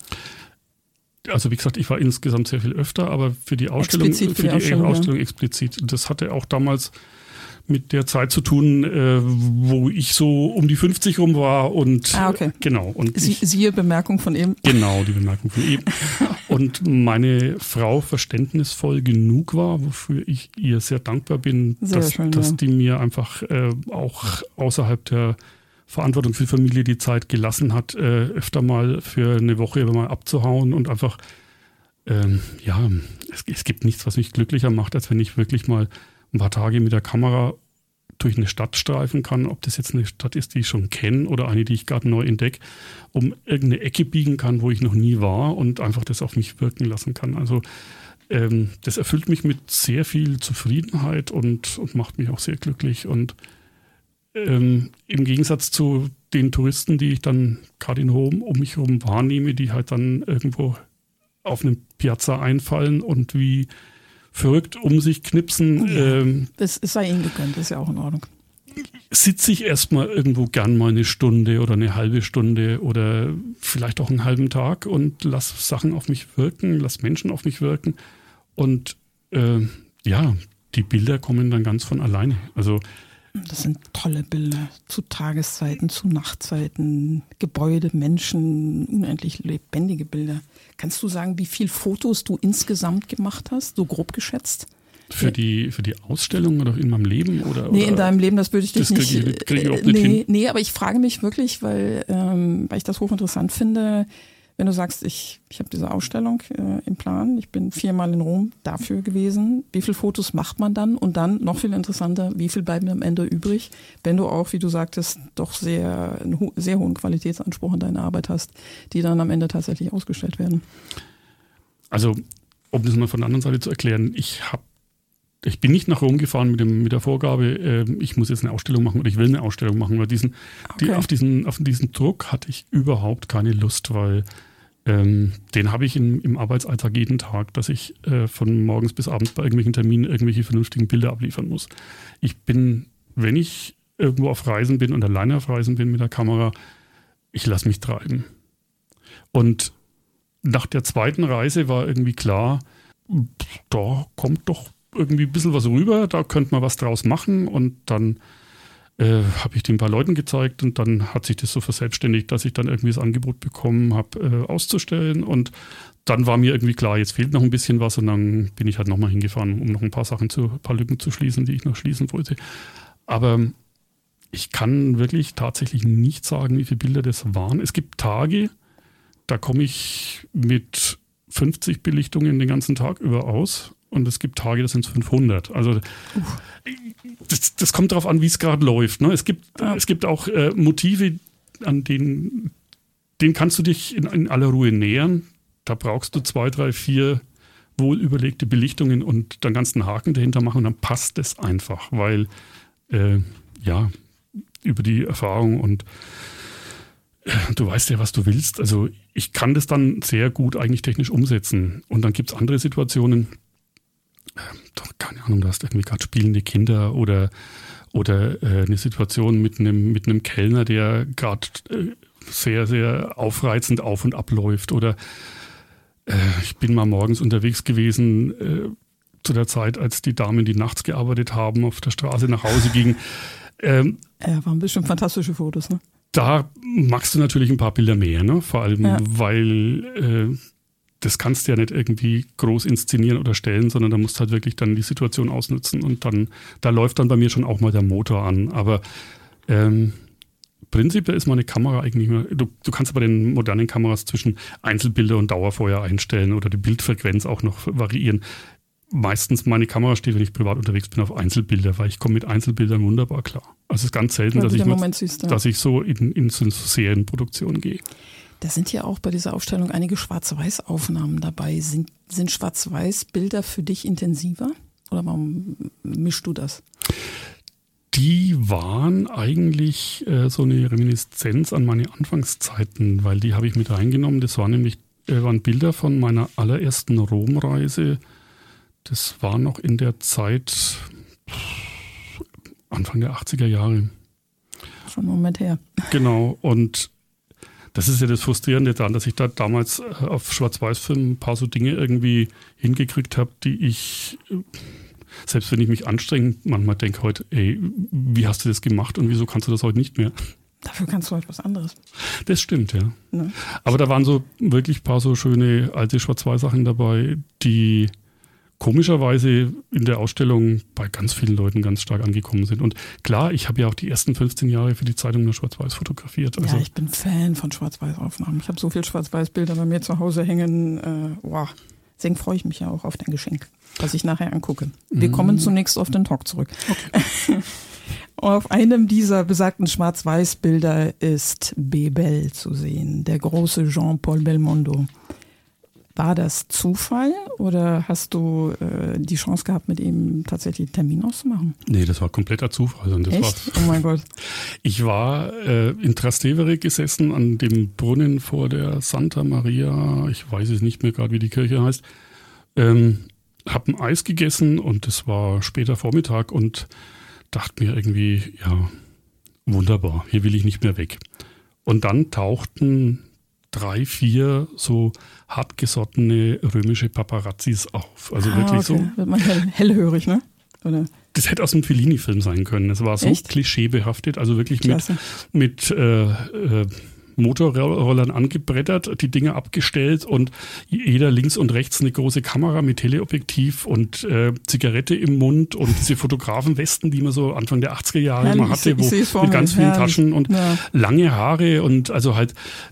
Also wie gesagt, ich war insgesamt sehr viel öfter, aber für die Ausstellung, explizit für, für die, die Ausstellung, Ausstellung ja. explizit. Das hatte auch damals mit der Zeit zu tun, äh, wo ich so um die fünfzig rum war und ah, okay. genau. Und Sie, ich, siehe Bemerkung von eben. Genau, die Bemerkung von eben. Und meine Frau verständnisvoll genug war, wofür ich ihr sehr dankbar bin, sehr dass, schön, dass ja. die mir einfach äh, auch außerhalb der Verantwortung für die Familie die Zeit gelassen hat, äh, öfter mal für eine Woche mal abzuhauen und einfach, ähm, ja, es, es gibt nichts, was mich glücklicher macht, als wenn ich wirklich mal ein paar Tage mit der Kamera durch eine Stadt streifen kann, ob das jetzt eine Stadt ist, die ich schon kenne oder eine, die ich gerade neu entdecke, um irgendeine Ecke biegen kann, wo ich noch nie war und einfach das auf mich wirken lassen kann. Also ähm, das erfüllt mich mit sehr viel Zufriedenheit und, und macht mich auch sehr glücklich. Und ähm, im Gegensatz zu den Touristen, die ich dann gerade in Rom um mich herum wahrnehme, die halt dann irgendwo auf einem Piazza einfallen und wie verrückt um sich knipsen. Ja, ähm, das sei ihnen gegönnt, ist ja auch in Ordnung. Sitze ich erstmal irgendwo gern mal eine Stunde oder eine halbe Stunde oder vielleicht auch einen halben Tag und lass Sachen auf mich wirken, lass Menschen auf mich wirken. Und äh, ja, die Bilder kommen dann ganz von alleine. Also das sind tolle Bilder zu Tageszeiten, zu Nachtzeiten, Gebäude, Menschen, unendlich lebendige Bilder. Kannst du sagen, wie viele Fotos du insgesamt gemacht hast, so grob geschätzt? Für die, für die Ausstellung oder in meinem Leben? Oder, nee, oder? in deinem Leben, das würde ich dich das nicht... Krieg ich, krieg ich überhaupt äh, nicht nee, hin. nee, aber ich frage mich wirklich, weil, ähm, weil ich das hochinteressant finde, wenn du sagst, ich, ich habe diese Ausstellung äh, im Plan, ich bin viermal in Rom dafür gewesen, wie viele Fotos macht man dann? Und dann, noch viel interessanter, wie viel bleiben am Ende übrig, wenn du auch, wie du sagtest, doch sehr, einen ho- sehr hohen Qualitätsanspruch an deine Arbeit hast, die dann am Ende tatsächlich ausgestellt werden? Also, um das mal von der anderen Seite zu erklären, ich habe Ich bin nicht nach Rom gefahren mit, dem, mit der Vorgabe, äh, ich muss jetzt eine Ausstellung machen oder ich will eine Ausstellung machen. Weil diesen, Okay. die, auf, diesen, auf diesen Druck hatte ich überhaupt keine Lust, weil ähm, den habe ich in, im Arbeitsalltag jeden Tag, dass ich äh, von morgens bis abends bei irgendwelchen Terminen irgendwelche vernünftigen Bilder abliefern muss. Ich bin, wenn ich irgendwo auf Reisen bin und alleine auf Reisen bin mit der Kamera, ich lasse mich treiben. Und nach der zweiten Reise war irgendwie klar, da kommt doch irgendwie ein bisschen was rüber, da könnte man was draus machen und dann äh, habe ich den ein paar Leuten gezeigt und dann hat sich das so verselbstständigt, dass ich dann irgendwie das Angebot bekommen habe, äh, auszustellen und dann war mir irgendwie klar, jetzt fehlt noch ein bisschen was und dann bin ich halt nochmal hingefahren, um noch ein paar Sachen zu, ein paar Lücken zu schließen, die ich noch schließen wollte. Aber ich kann wirklich tatsächlich nicht sagen, wie viele Bilder das waren. Es gibt Tage, da komme ich mit fünfzig Belichtungen den ganzen Tag über aus. Und es gibt Tage, das sind fünfhundert. Also das, das kommt darauf an, wie es gerade läuft. Ne? Es gibt, Ja. es gibt auch äh, Motive, an denen, denen kannst du dich in, in aller Ruhe nähern. Da brauchst du zwei, drei, vier wohl überlegte Belichtungen und dann kannst du einen Haken dahinter machen und dann passt es einfach. Weil, äh, ja, über die Erfahrung und äh, du weißt ja, was du willst. Also ich kann das dann sehr gut eigentlich technisch umsetzen. Und dann gibt es andere Situationen, doch, keine Ahnung, du hast irgendwie gerade spielende Kinder oder, oder äh, eine Situation mit einem, mit einem Kellner, der gerade äh, sehr, sehr aufreizend auf und abläuft. Oder äh, ich bin mal morgens unterwegs gewesen, äh, zu der Zeit, als die Damen, die nachts gearbeitet haben, auf der Straße nach Hause gingen. Ähm, Ja, waren bestimmt fantastische Fotos, ne? Da machst du natürlich ein paar Bilder mehr, ne? Vor allem, Ja. weil äh, das kannst du ja nicht irgendwie groß inszenieren oder stellen, sondern da musst du halt wirklich dann die Situation ausnutzen und dann, da läuft dann bei mir schon auch mal der Motor an. Aber ähm, prinzipiell ist meine Kamera eigentlich mehr, du, du kannst bei den modernen Kameras zwischen Einzelbilder und Dauerfeuer einstellen oder die Bildfrequenz auch noch variieren. Meistens meine Kamera steht, wenn ich privat unterwegs bin, auf Einzelbilder, weil ich komme mit Einzelbildern wunderbar klar. Also es ist ganz selten, Weil dass du ich, den mit, Moment siehst, ja. dass ich so in, in so eine Serienproduktion gehe. Da sind ja auch bei dieser Ausstellung einige Schwarz-Weiß-Aufnahmen dabei. Sind, sind Schwarz-Weiß-Bilder für dich intensiver? Oder warum mischst du das? Die waren eigentlich äh, so eine Reminiszenz an meine Anfangszeiten, weil die habe ich mit reingenommen. Das waren nämlich äh, waren Bilder von meiner allerersten Romreise. Das war noch in der Zeit Anfang der achtziger Jahre. Schon einen Moment her. Genau, und das ist ja das Frustrierende daran, dass ich da damals auf Schwarz-Weiß-Film ein paar so Dinge irgendwie hingekriegt habe, die ich, selbst wenn ich mich anstrenge, manchmal denke heute, ey, wie hast du das gemacht und wieso kannst du das heute nicht mehr? Dafür kannst du heute was anderes. Das stimmt, ja. Ne? Aber da waren so wirklich ein paar so schöne alte Schwarz-Weiß-Sachen dabei, die komischerweise in der Ausstellung bei ganz vielen Leuten ganz stark angekommen sind. Und klar, ich habe ja auch die ersten fünfzehn Jahre für die Zeitung nur Schwarz-Weiß fotografiert. Also Ja, ich bin Fan von Schwarz-Weiß-Aufnahmen. Ich habe so viel Schwarz-Weiß-Bilder bei mir zu Hause hängen. Äh, wow. Deswegen freue ich mich ja auch auf dein Geschenk, das ich nachher angucke. Wir Mhm. kommen zunächst auf den Talk zurück. Okay. Auf einem dieser besagten Schwarz-Weiß-Bilder ist Bebel zu sehen, der große Jean-Paul Belmondo. War das Zufall oder hast du äh, die Chance gehabt, mit ihm tatsächlich einen Termin auszumachen? Nee, das war kompletter Zufall. Und das Echt? War, oh mein Gott. Ich war äh, in Trastevere gesessen, an dem Brunnen vor der Santa Maria, ich weiß es nicht mehr gerade, wie die Kirche heißt, ähm, hab ein Eis gegessen und es war später Vormittag und dachte mir irgendwie, ja, wunderbar, hier will ich nicht mehr weg. Und dann tauchten drei, vier so hartgesottene römische Paparazzis auf. Also ah, wirklich okay. so. Wird man hell, hellhörig, ne? Oder? Das hätte aus einem Fellini-Film sein können. Es war so Echt? klischeebehaftet, also wirklich mit, mit äh, äh, Motorrollern angebrettert, die Dinge abgestellt und jeder links und rechts eine große Kamera mit Teleobjektiv und äh, Zigarette im Mund und diese Fotografenwesten, die man so Anfang der achtziger Jahre Herrlich, mal hatte, wo ich, ich mit ganz vielen Herrlich. Taschen und ja. lange Haare und also halt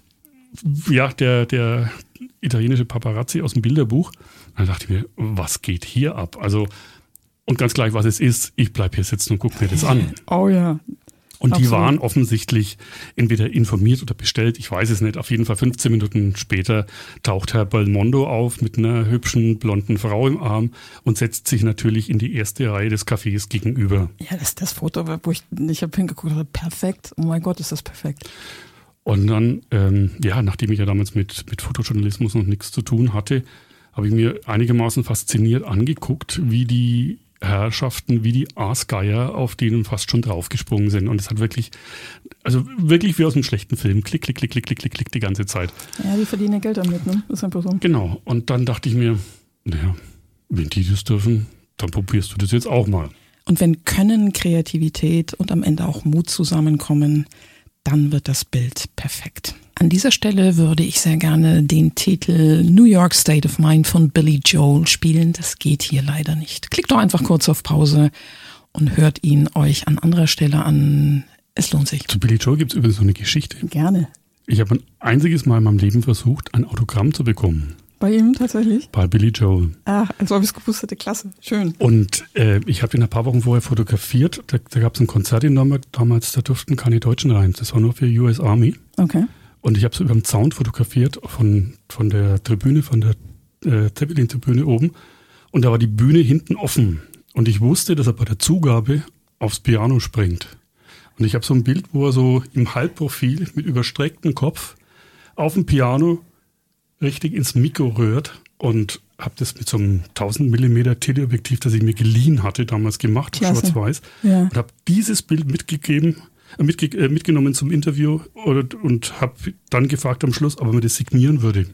ja, der, der italienische Paparazzi aus dem Bilderbuch. Dann dachte ich mir, was geht hier ab? Also, und ganz gleich, was es ist, ich bleibe hier sitzen und gucke mir das an. Oh ja. Und die Absolut. waren offensichtlich entweder informiert oder bestellt, ich weiß es nicht. Auf jeden Fall fünfzehn Minuten später taucht Herr Belmondo auf mit einer hübschen blonden Frau im Arm und setzt sich natürlich in die erste Reihe des Cafés gegenüber. Ja, das das Foto, wo ich, ich habe hingeguckt, habe, perfekt. Oh mein Gott, ist das perfekt. Und dann, ähm, ja, nachdem ich ja damals mit, mit Fotojournalismus noch nichts zu tun hatte, habe ich mir einigermaßen fasziniert angeguckt, wie die Herrschaften, wie die Aasgeier auf denen fast schon draufgesprungen sind. Und es hat wirklich, also wirklich wie aus einem schlechten Film, klick, klick, klick, klick, klick, klick, klick die ganze Zeit. Ja, die verdienen ja Geld damit, ne? Das ist einfach so. Genau. Und dann dachte ich mir, naja, wenn die das dürfen, dann probierst du das jetzt auch mal. Und wenn Können, Kreativität und am Ende auch Mut zusammenkommen, dann wird das Bild perfekt. An dieser Stelle würde ich sehr gerne den Titel New York State of Mind von Billy Joel spielen. Das geht hier leider nicht. Klickt doch einfach kurz auf Pause und hört ihn euch an anderer Stelle an. Es lohnt sich. Zu Billy Joel gibt es übrigens so eine Geschichte. Gerne. Ich habe ein einziges Mal in meinem Leben versucht, ein Autogramm zu bekommen. Bei ihm tatsächlich? Bei Billy Joel. Ah, also habe ich es gewusst hätte. Klasse. Schön. Und äh, ich habe ihn ein paar Wochen vorher fotografiert. Da, da gab es ein Konzert in Nürnberg damals, da durften keine Deutschen rein. Das war nur für U S Army. Okay. Und ich habe es über den Zaun fotografiert von, von der Tribüne, von der äh, Zeppelin-Tribüne oben. Und da war die Bühne hinten offen. Und ich wusste, dass er bei der Zugabe aufs Piano springt. Und ich habe so ein Bild, wo er so im Halbprofil mit überstrecktem Kopf auf dem Piano richtig ins Mikro rührt und habe das mit so einem tausend Millimeter Teleobjektiv, das ich mir geliehen hatte, damals gemacht, schwarz-weiß. Ja. Und habe dieses Bild mitgegeben, äh, mitge äh, mitgenommen zum Interview und, und habe dann gefragt am Schluss, ob er mir das signieren würde.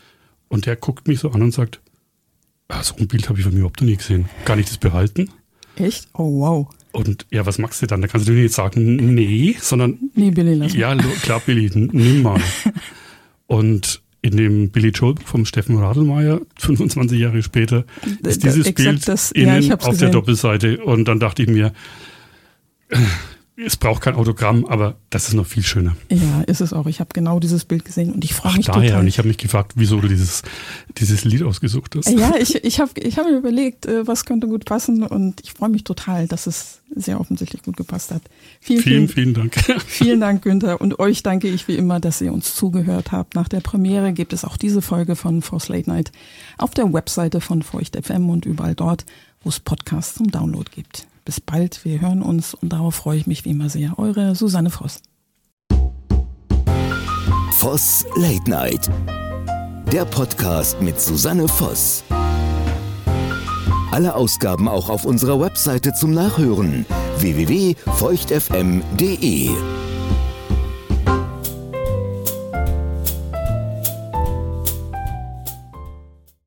Und der guckt mich so an und sagt, ah, so ein Bild habe ich von mir überhaupt noch nie gesehen. Kann ich das behalten? Echt? Oh, wow. Und ja, was machst du dann? Da kannst du dir nicht sagen, nee, sondern Nee, Billy, lass ja, klar, Billy, nimm mal. Und in dem Billy Joel vom Steffen Radelmeier, fünfundzwanzig Jahre später, ist dieses Exakt Bild das, innen ja, auf der Doppelseite. Und dann dachte ich mir, es braucht kein Autogramm, aber das ist noch viel schöner. Ja, ist es auch. Ich habe genau dieses Bild gesehen und ich freue mich daher. total. Und ich habe mich gefragt, wieso du dieses, dieses Lied ausgesucht hast. Ja, ich, ich habe ich hab mir überlegt, was könnte gut passen und ich freue mich total, dass es sehr offensichtlich gut gepasst hat. Vielen, vielen, vielen, vielen Dank. Vielen Dank, Günther. Und euch danke ich wie immer, dass ihr uns zugehört habt. Nach der Premiere gibt es auch diese Folge von Voss Late Night auf der Webseite von Feucht F M und überall dort, wo es Podcasts zum Download gibt. Bis bald, wir hören uns und darauf freue ich mich wie immer sehr. Eure Susanne Voss. Voss Late Night. Der Podcast mit Susanne Voss. Alle Ausgaben auch auf unserer Webseite zum Nachhören. w w w punkt feucht f m punkt d e